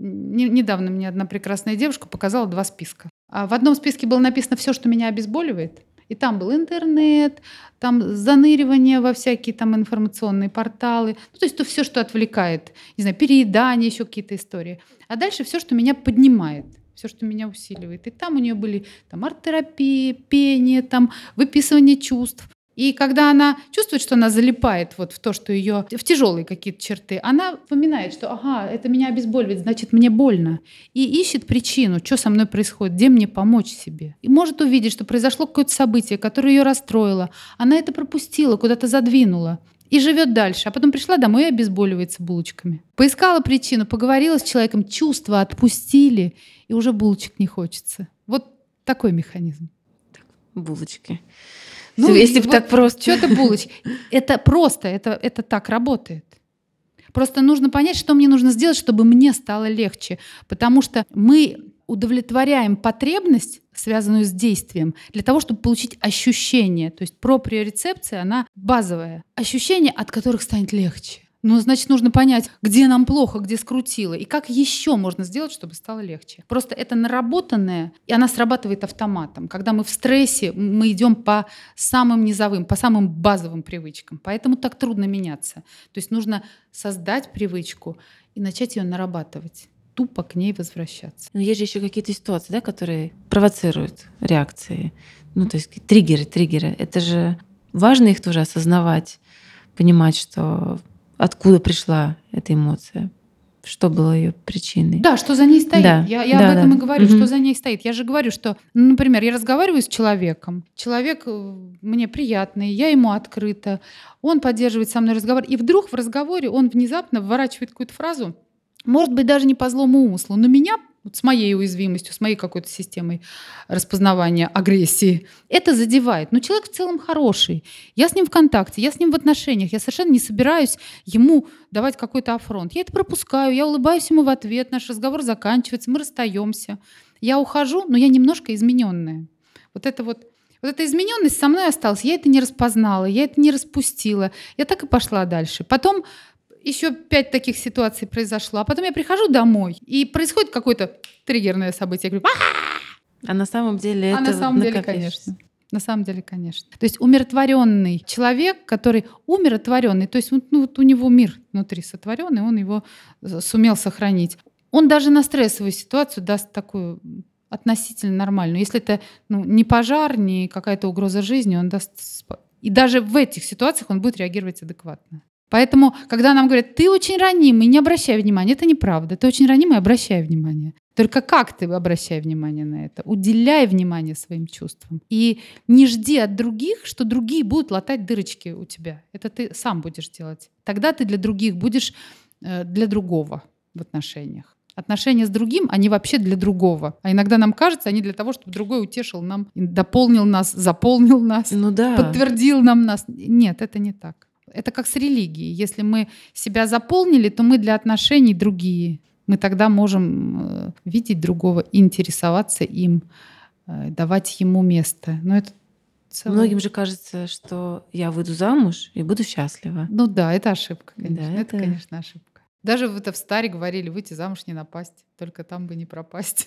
недавно мне одна прекрасная девушка показала 2 списка. А в одном списке было написано все, что меня обезболивает. И там был интернет, там заныривание во всякие там информационные порталы. То есть все, что отвлекает. Не знаю, переедание, еще какие-то истории. А дальше все, что меня поднимает, все, что меня усиливает. И там у нее были там арт-терапия, пение, там выписывание чувств. И когда она чувствует, что она залипает вот в то, что ее в тяжелые какие-то черты, она вспоминает, что ага, это меня обезболивает, значит, мне больно. И ищет причину, что со мной происходит, где мне помочь себе. И может увидеть, что произошло какое-то событие, которое ее расстроило. Она это пропустила, куда-то задвинула. И живет дальше. А потом пришла домой и обезболивается булочками. Поискала причину, поговорила с человеком, чувства отпустили, и уже булочек не хочется. Вот такой механизм. Булочки. Если бы так просто. Что это булочки? Это просто, это так работает. Просто нужно понять, что мне нужно сделать, чтобы мне стало легче. Потому что мы удовлетворяем потребность, связанную с действием, для того, чтобы получить ощущение. То есть проприорецепция, она базовая. Ощущения, от которых станет легче. Значит, нужно понять, где нам плохо, где скрутило, и как еще можно сделать, чтобы стало легче. Просто это наработанное, и она срабатывает автоматом. Когда мы в стрессе, мы идем по самым низовым, по самым базовым привычкам. Поэтому так трудно меняться. То есть нужно создать привычку и начать ее нарабатывать. Тупо к ней возвращаться. Но есть же еще какие-то ситуации, да, которые провоцируют реакции. То есть триггеры. Это же важно их тоже осознавать, понимать, что откуда пришла эта эмоция, что было ее причиной. Да, что за ней стоит. Да, я об этом и говорю, что за ней стоит. Я же говорю, что, например, я разговариваю с человеком, человек мне приятный, я ему открыта, он поддерживает со мной разговор, и вдруг в разговоре он внезапно вворачивает какую-то фразу, может быть, даже не по злому умыслу, но меня с моей уязвимостью, с моей какой-то системой распознавания агрессии, это задевает. Но человек в целом хороший. Я с ним в контакте, я с ним в отношениях. Я совершенно не собираюсь ему давать какой-то афронт. Я это пропускаю, я улыбаюсь ему в ответ, наш разговор заканчивается, мы расстаемся. Я ухожу, но я немножко измененная. Вот эта измененность со мной осталась. Я это не распознала, я это не распустила. Я так и пошла дальше. Потом еще 5 таких ситуаций произошло. А потом я прихожу домой, и происходит какое-то триггерное событие. Я говорю: а на самом деле это на самом деле, конечно. На самом деле, конечно. То есть умиротворенный человек, который умиротворенный, то есть у него мир внутри сотворенный, он его сумел сохранить. Он даже на стрессовую ситуацию даст такую относительно нормальную. Если это не пожар, не какая-то угроза жизни, он даст... И даже в этих ситуациях он будет реагировать адекватно. Поэтому, когда нам говорят, ты очень ранимый, не обращай внимания, это неправда. Ты очень ранимый, обращай внимание. Только как ты обращай внимание на это? Уделяй внимание своим чувствам. И не жди от других, что другие будут латать дырочки у тебя. Это ты сам будешь делать. Тогда ты для других будешь для другого в отношениях. Отношения с другим, они вообще для другого. А иногда нам кажется, они для того, чтобы другой утешил нам, дополнил нас, заполнил нас, подтвердил нам нас. Нет, это не так. Это как с религией. Если мы себя заполнили, то мы для отношений другие. Мы тогда можем видеть другого, интересоваться им, давать ему место. Но это Многим же кажется, что я выйду замуж и буду счастлива. Ну да, это ошибка, конечно. Да, это, конечно, ошибка. Даже в старе говорили, выйти замуж не напасть, только там бы не пропасть.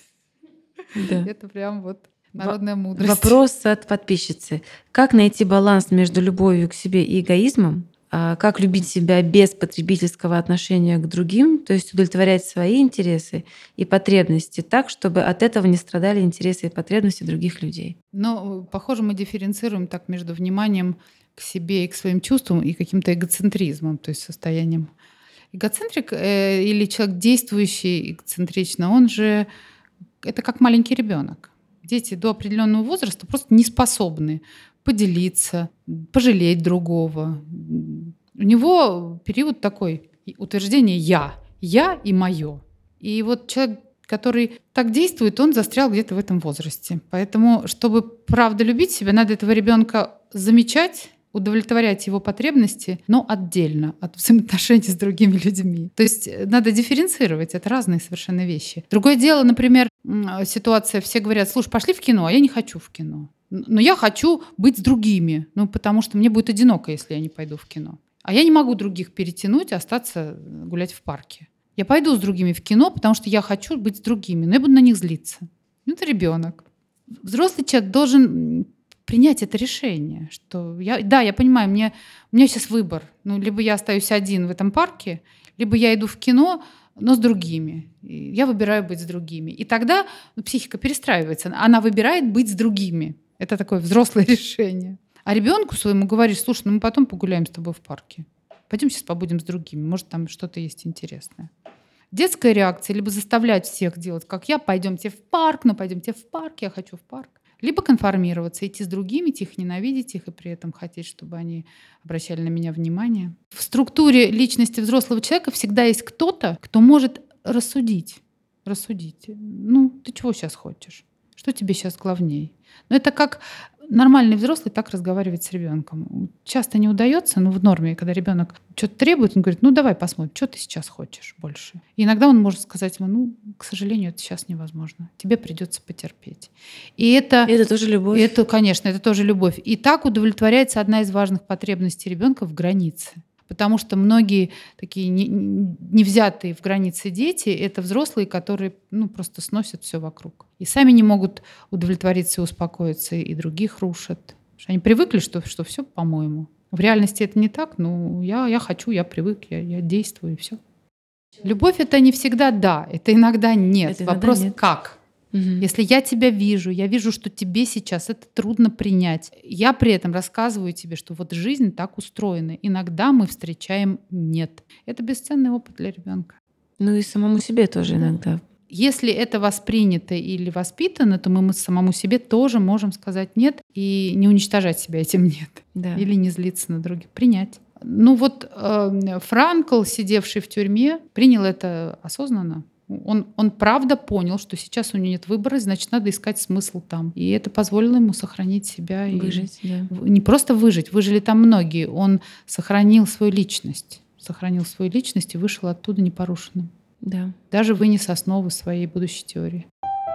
Да. Это прям вот народная мудрость. Вопрос от подписчицы. Как найти баланс между любовью к себе и эгоизмом? Как любить себя без потребительского отношения к другим, то есть удовлетворять свои интересы и потребности так, чтобы от этого не страдали интересы и потребности других людей? Но, похоже, мы дифференцируем так между вниманием к себе и к своим чувствам и каким-то эгоцентризмом, то есть состоянием. Эгоцентрик или человек, действующий эксцентрично, он же это как маленький ребенок. Дети до определенного возраста просто не способны поделиться, пожалеть другого. У него период такой утверждение «я» и «моё». И вот человек, который так действует, он застрял где-то в этом возрасте. Поэтому, чтобы правда любить себя, надо этого ребенка замечать, удовлетворять его потребности, но отдельно от взаимоотношений с другими людьми. То есть надо дифференцировать, это разные совершенно вещи. Другое дело, например, ситуация, все говорят, слушай, пошли в кино, а я не хочу в кино. Но я хочу быть с другими, потому что мне будет одиноко, если я не пойду в кино. А я не могу других перетянуть, остаться гулять в парке. Я пойду с другими в кино, потому что я хочу быть с другими, но я буду на них злиться. Это ребенок. Взрослый человек должен принять это решение, что я понимаю, у меня сейчас выбор. Либо я остаюсь один в этом парке, либо я иду в кино, но с другими. И я выбираю быть с другими. И тогда психика перестраивается. Она выбирает быть с другими. Это такое взрослое решение. А ребенку своему говоришь, слушай, мы потом погуляем с тобой в парке. Пойдем сейчас побудем с другими. Может, там что-то есть интересное. Детская реакция, либо заставлять всех делать, как я, пойдемте в парк, пойдемте в парк, я хочу в парк. Либо конформироваться, идти с другими, тихо ненавидеть их и при этом хотеть, чтобы они обращали на меня внимание. В структуре личности взрослого человека всегда есть кто-то, кто может рассудить. Ты чего сейчас хочешь? Что тебе сейчас главней? Это как нормальный взрослый так разговаривать с ребенком. Часто не удается, но в норме, когда ребенок что-то требует, он говорит, давай посмотрим, что ты сейчас хочешь больше. И иногда он может сказать ему, к сожалению, это сейчас невозможно. Тебе придется потерпеть. И это тоже любовь. Это, конечно, это тоже любовь. И так удовлетворяется одна из важных потребностей ребенка в границе. Потому что многие такие не взятые в границы дети — это взрослые, которые просто сносят все вокруг. И сами не могут удовлетвориться и успокоиться, и других рушат. Потому что они привыкли, что все по-моему. В реальности это не так. Я хочу, я привык, я действую, и все. Любовь — это не всегда «да», это иногда «нет». Это Вопрос нет. «как?». Если я тебя вижу, я вижу, что тебе сейчас это трудно принять. Я при этом рассказываю тебе, что вот жизнь так устроена. Иногда мы встречаем «нет». Это бесценный опыт для ребенка. И самому себе тоже иногда. Если это воспринято или воспитано, то мы самому себе тоже можем сказать «нет» и не уничтожать себя этим «нет». Да. Или не злиться на других. Принять. Франкл, сидевший в тюрьме, принял это осознанно. Он правда понял, что сейчас у него нет выбора, значит, надо искать смысл там. И это позволило ему сохранить себя. Выжить, да. Не просто выжить, выжили там многие. Он сохранил свою личность. И вышел оттуда непорушенным. Да. Даже вынес основы своей будущей теории.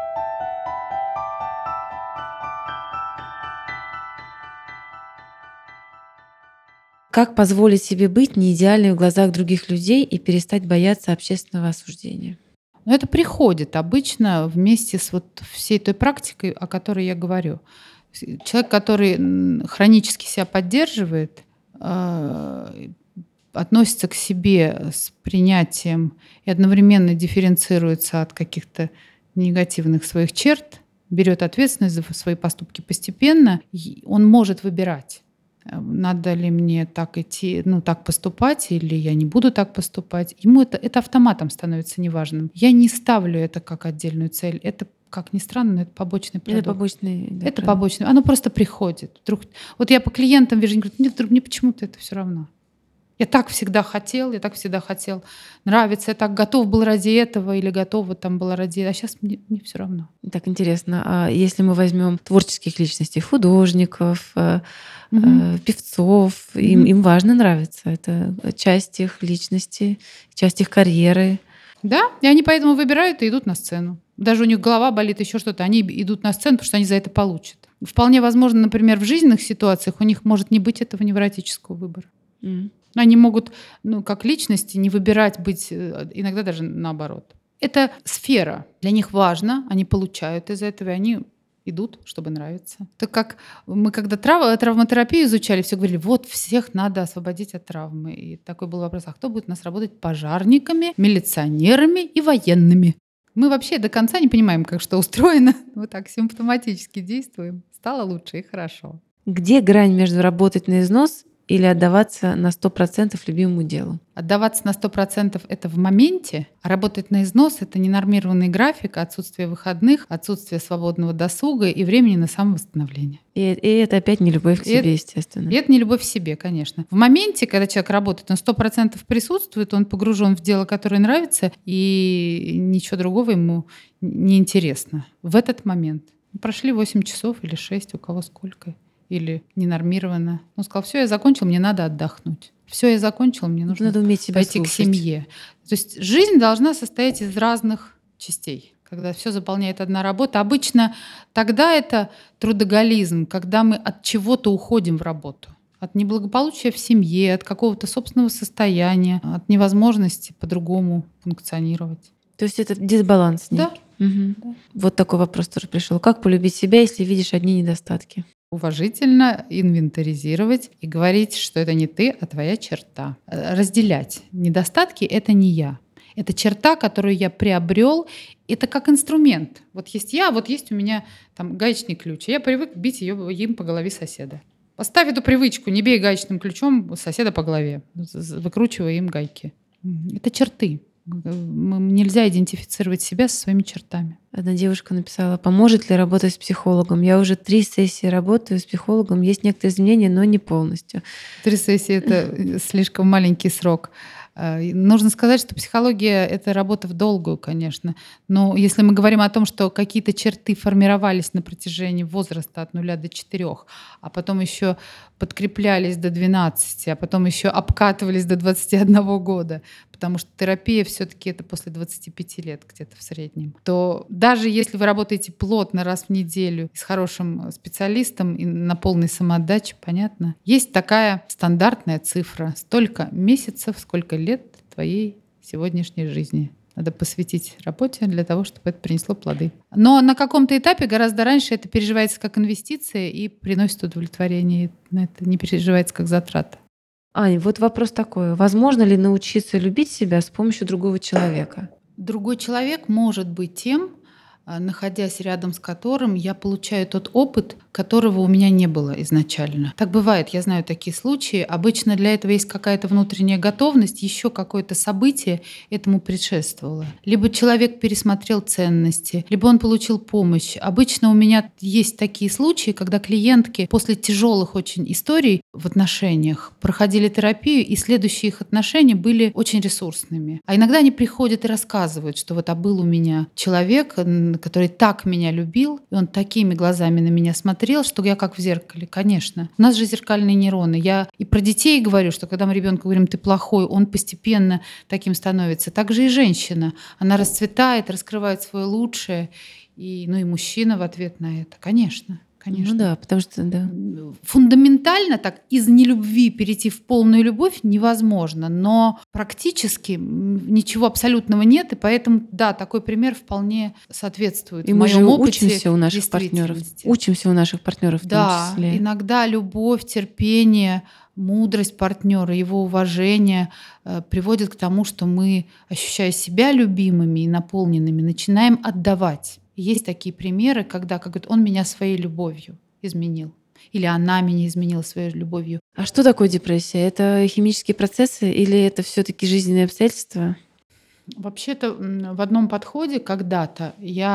Как позволить себе быть неидеальной в глазах других людей и перестать бояться общественного осуждения? Но это приходит обычно вместе с всей той практикой, о которой я говорю. Человек, который хронически себя поддерживает, относится к себе с принятием и одновременно дифференцируется от каких-то негативных своих черт, берет ответственность за свои поступки постепенно, он может выбирать. Надо ли мне так идти, так поступать, или я не буду так поступать. Ему это автоматом становится неважным. Я не ставлю это как отдельную цель. Это, как ни странно, но это побочный продукт. Это побочный. Да, это побочный. Оно просто приходит. Вдруг, вот я по клиентам вижу, они говорят, нет, вдруг мне почему-то это все равно. Я так всегда хотел нравится, я так готов был ради этого или готова там была ради... А сейчас мне все равно. Так интересно, а если мы возьмем творческих личностей, художников, певцов, им важно нравиться. Это часть их личности, часть их карьеры. Да, и они поэтому выбирают и идут на сцену. Даже у них голова болит, еще что-то. Они идут на сцену, потому что они за это получат. Вполне возможно, например, в жизненных ситуациях у них может не быть этого невротического выбора. Они могут, как личности, не выбирать быть, иногда даже наоборот. Это сфера. Для них важно, они получают из этого, и они идут, чтобы нравиться. Так как мы когда травматерапию изучали, все говорили, вот всех надо освободить от травмы. И такой был вопрос, а кто будет у нас работать пожарниками, милиционерами и военными? Мы вообще до конца не понимаем, как что устроено. Мы так симптоматически действуем. Стало лучше и хорошо. Где грань между работать на износ или отдаваться на 100% любимому делу? Отдаваться на 100% это в моменте, а работать на износ — это ненормированный график, отсутствие выходных, отсутствие свободного досуга и времени на самовосстановление. И это опять не любовь к себе, естественно. И это не любовь к себе, конечно. В моменте, когда человек работает, он 100% присутствует, он погружен в дело, которое нравится, и ничего другого ему не интересно в этот момент. Прошли 8 часов или 6, у кого сколько. Или ненормированно. Он сказал, все, я закончил, мне надо отдохнуть. Все, я закончил, мне нужно надо уметь себя пойти слушать. к семье. То есть жизнь должна состоять из разных частей. Когда все заполняет одна работа. Обычно тогда это трудоголизм, когда мы от чего-то уходим в работу. От неблагополучия в семье, от какого-то собственного состояния, от невозможности по-другому функционировать. То есть это дисбаланс некий. Да. Да. Вот такой вопрос тоже пришел. Как полюбить себя, если видишь одни недостатки? Уважительно инвентаризировать и говорить, что это не ты, а твоя черта. Разделять. Недостатки — это не я. Это черта, которую я приобрел. Это как инструмент. Вот есть я, вот есть у меня там гаечный ключ. И я привык бить им по голове соседа. Поставь эту привычку, не бей гаечным ключом соседа по голове, выкручивая им гайки. Это черты. Нельзя идентифицировать себя со своими чертами. Одна девушка написала, поможет ли работать с психологом? Я уже 3 сессии работаю с психологом, есть некоторые изменения, но не полностью. 3 сессии — это слишком маленький срок. Нужно сказать, что психология — это работа в долгую, конечно. Но если мы говорим о том, что какие-то черты формировались на протяжении возраста от 0 до 4, а потом еще подкреплялись до 12, а потом еще обкатывались до 21 года, потому что терапия все-таки это после 25 лет где-то в среднем, то даже если вы работаете плотно раз в неделю с хорошим специалистом и на полной самоотдаче, понятно, есть такая стандартная цифра. Столько месяцев, сколько лет твоей сегодняшней жизни надо посвятить работе для того, чтобы это принесло плоды. Но на каком-то этапе гораздо раньше это переживается как инвестиция и приносит удовлетворение. Это не переживается как затрата. Ань, вот вопрос такой. Возможно ли научиться любить себя с помощью другого человека? Другой человек может быть тем, находясь рядом с которым я получаю тот опыт, которого у меня не было изначально. Так бывает, я знаю такие случаи. Обычно для этого есть какая-то внутренняя готовность, еще какое-то событие этому предшествовало. Либо человек пересмотрел ценности, либо он получил помощь. Обычно у меня есть такие случаи, когда клиентки после тяжелых очень историй в отношениях проходили терапию, и следующие их отношения были очень ресурсными. А иногда они приходят и рассказывают, что вот был у меня человек, который так меня любил, и он такими глазами на меня смотрел, что я как в зеркале, конечно. У нас же зеркальные нейроны. Я и про детей говорю, что когда мы ребенку говорим, ты плохой, он постепенно таким становится. Так же и женщина. Она расцветает, раскрывает свое лучшее, и мужчина в ответ на это. Конечно. Конечно. Ну да, потому что да. Фундаментально так из нелюбви перейти в полную любовь невозможно, но практически ничего абсолютного нет, и поэтому, да, такой пример вполне соответствует и в моем мы же опыте. Учимся у наших партнеров в том числе. Да, иногда любовь, терпение мудрость партнера, его уважение приводит к тому, что мы, ощущая себя любимыми и наполненными, начинаем отдавать. И есть такие примеры, когда, как говорят, он меня своей любовью изменил. Или она меня изменила своей любовью. А что такое депрессия? Это химические процессы или это все-таки жизненные обстоятельства? Вообще-то в одном подходе когда-то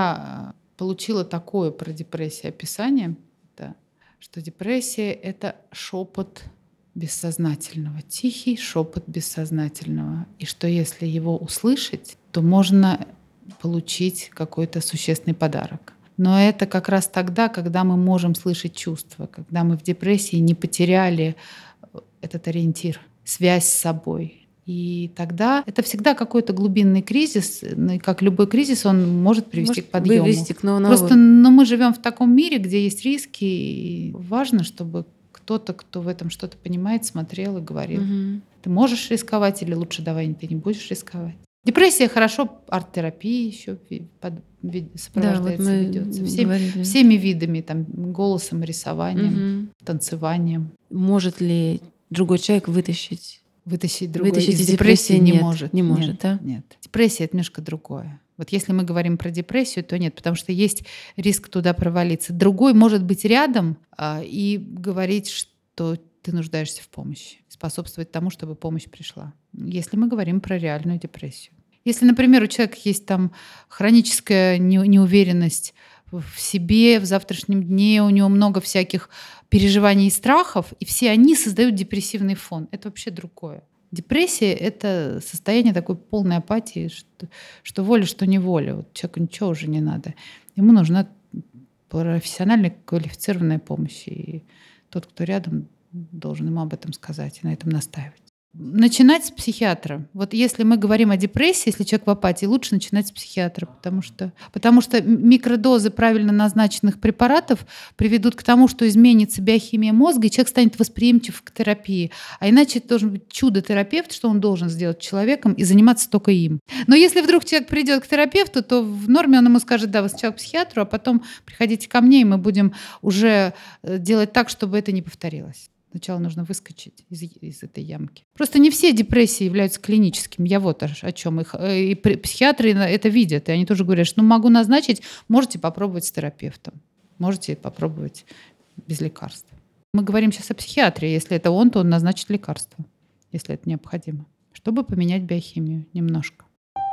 я получила такое про депрессию описание, да, что депрессия — это шепот бессознательного, тихий шепот бессознательного. И что если его услышать, то можно получить какой-то существенный подарок. Но это как раз тогда, когда мы можем слышать чувства, когда мы в депрессии не потеряли этот ориентир, связь с собой. И тогда это всегда какой-то глубинный кризис. И как любой кризис, он может привести к подъему. Вывести к новому. Просто мы живем в таком мире, где есть риски, и важно, чтобы кто-то, кто в этом что-то понимает, смотрел и говорил. Ты можешь рисковать или лучше давай ты не будешь рисковать. Депрессия хорошо арт-терапией еще сопровождается, ведется. Всеми видами, там, голосом, рисованием, танцеванием. Может ли другой человек вытащить другой из депрессии? Нет, не может. Не может, нет, да? Нет. Депрессия — это немножко другое. Вот если мы говорим про депрессию, то нет, потому что есть риск туда провалиться. Другой может быть рядом и говорить, что ты нуждаешься в помощи, способствовать тому, чтобы помощь пришла. Если мы говорим про реальную депрессию. Если, например, у человека есть там хроническая неуверенность в себе, в завтрашнем дне, у него много всяких переживаний и страхов, и все они создают депрессивный фон. Это вообще другое. Депрессия — это состояние такой полной апатии, что воля, что неволя. Вот человеку ничего уже не надо. Ему нужна профессиональная квалифицированная помощь. И тот, кто рядом, должен ему об этом сказать и на этом настаивать. Начинать с психиатра. Вот если мы говорим о депрессии, если человек в апатии, лучше начинать с психиатра, потому что микродозы правильно назначенных препаратов приведут к тому, что изменится биохимия мозга, и человек станет восприимчив к терапии. А иначе это должен быть чудо-терапевт, что он должен сделать человеком и заниматься только им. Но если вдруг человек придет к терапевту, то в норме он ему скажет: да, вы сначала к психиатру, а потом приходите ко мне, и мы будем уже делать так, чтобы это не повторилось. Сначала нужно выскочить из этой ямки. Просто не все депрессии являются клиническими. Я вот о чем. И психиатры это видят. И они тоже говорят, что могу назначить, можете попробовать с терапевтом. Можете попробовать без лекарств. Мы говорим сейчас о психиатрии. Если это он, то он назначит лекарство, если это необходимо, чтобы поменять биохимию немножко.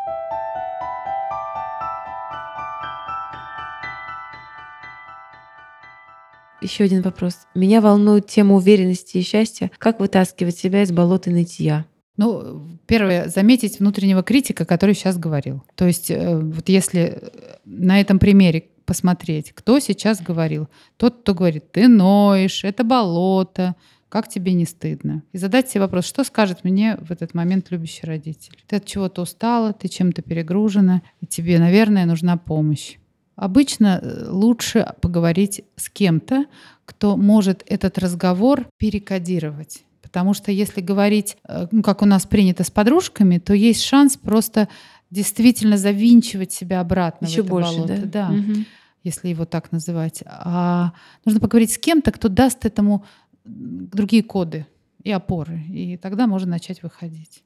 Еще один вопрос. Меня волнует тема уверенности и счастья. Как вытаскивать себя из болота нытья? Первое, заметить внутреннего критика, который сейчас говорил. То есть вот если на этом примере посмотреть, кто сейчас говорил. Тот, кто говорит: ты ноешь, это болото, как тебе не стыдно? И задать себе вопрос: что скажет мне в этот момент любящий родитель? Ты от чего-то устала, ты чем-то перегружена, и тебе, наверное, нужна помощь. Обычно лучше поговорить с кем-то, кто может этот разговор перекодировать. Потому что если говорить, как у нас принято, с подружками, то есть шанс просто действительно завинчивать себя обратно еще в это больше, болото. да? Да, если его так называть. А нужно поговорить с кем-то, кто даст этому другие коды и опоры. И тогда можно начать выходить.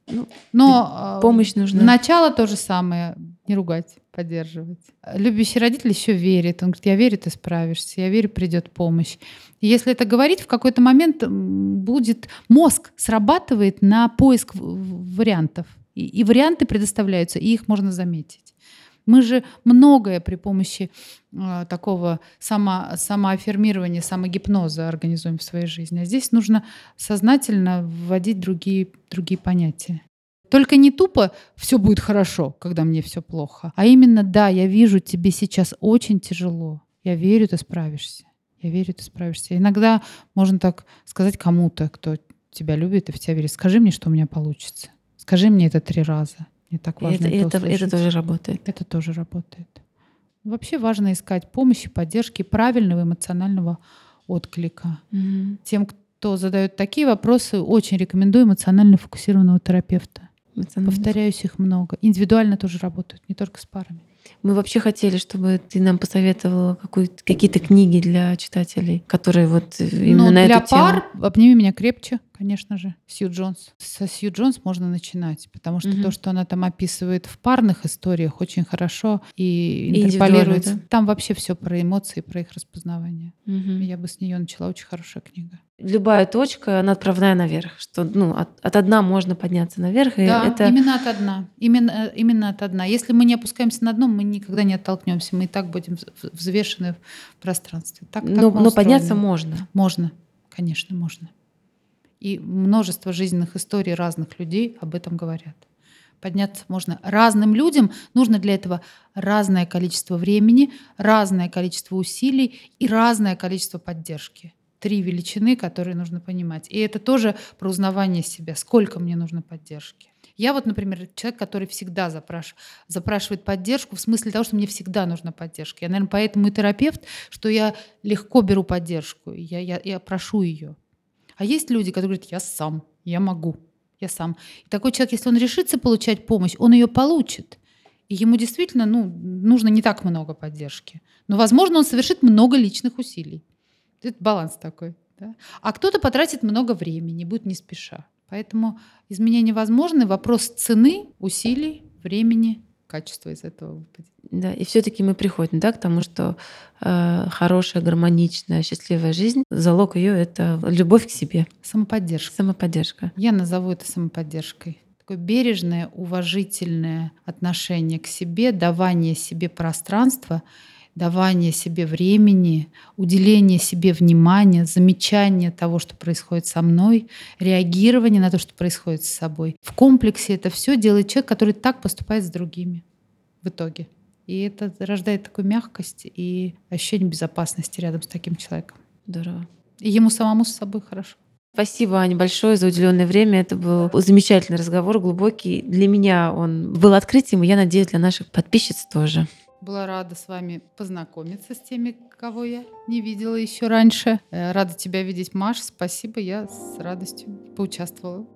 Но помощь нужна. Начало то же самое. Не ругать, поддерживать. Любящий родитель еще верит. Он говорит: я верю, ты справишься. Я верю, придет помощь. И если это говорить, в какой-то момент будет мозг срабатывает на поиск вариантов. И варианты предоставляются, и их можно заметить. Мы же многое при помощи такого самоаффирмирования, самогипноза организуем в своей жизни. А здесь нужно сознательно вводить другие понятия. Только не тупо «все будет хорошо», когда мне все плохо, а именно «да, я вижу, тебе сейчас очень тяжело. Я верю, ты справишься. Я верю, ты справишься». Иногда можно так сказать кому-то, кто тебя любит и в тебя верит: скажи мне, что у меня получится. Скажи мне это 3 раза. Мне так важно это услышать. Это тоже работает. Это тоже работает. Вообще важно искать помощи, поддержки, правильного эмоционального отклика. Тем, кто задает такие вопросы, очень рекомендую эмоционально фокусированного терапевта. Повторяюсь, их много. Индивидуально тоже работают, не только с парами. Мы вообще хотели, чтобы ты нам посоветовала какие-то книги для читателей, которые вот именно на эту тему. Для пар «Обними меня крепче», конечно же. Сью Джонс. Со Сью Джонс можно начинать, потому что то, Мгм. что она там описывает в парных историях, очень хорошо и И индивидуально, интерполируется. да? Там вообще все про эмоции, про их распознавание. Мгм. Я бы с нее начала. Очень хорошая книга. Любая точка, она отправная наверх, что, ну, от дна можно подняться наверх, и Да, это именно от дна. Именно от дна. Если мы не опускаемся на дно, мы никогда не оттолкнемся. Мы и так будем взвешены в пространстве. Так мы но подняться устроены. можно. Можно, конечно, можно. И множество жизненных историй разных людей об этом говорят. Подняться можно разным людям. Нужно для этого разное количество времени, разное количество усилий и разное количество поддержки. 3 величины, которые нужно понимать. И это тоже про узнавание себя. Сколько мне нужно поддержки. Я вот, например, человек, который всегда запрашивает поддержку в смысле того, что мне всегда нужна поддержка. Я, наверное, поэтому и терапевт, что я легко беру поддержку. Я прошу ее. А есть люди, которые говорят: я сам, я могу, я сам. И такой человек, если он решится получать помощь, он ее получит. И ему действительно нужно не так много поддержки. Но, возможно, он совершит много личных усилий. Это баланс такой. Да? А кто-то потратит много времени, будет не спеша. Поэтому изменения возможны. Вопрос цены, усилий, времени, качества из этого выпадет. Да, и все-таки мы приходим, да, к тому, что хорошая, гармоничная, счастливая жизнь, залог ее это любовь к себе, Самоподдержка. самоподдержка. Я назову это самоподдержкой. Такое бережное, уважительное отношение к себе, давание себе пространства, давание себе времени, уделение себе внимания, замечание того, что происходит со мной, реагирование на то, что происходит с собой. В комплексе это все делает человек, который так поступает с другими в итоге. И это рождает такую мягкость и ощущение безопасности рядом с таким человеком. Здорово. И ему самому с собой хорошо. Спасибо, Аня, большое за уделенное время. Это был замечательный разговор, глубокий. Для меня он был открытием, и я надеюсь, для наших подписчиц тоже. Была рада с вами познакомиться с теми, кого я не видела еще раньше. Рада тебя видеть, Маш. Спасибо, я с радостью поучаствовала.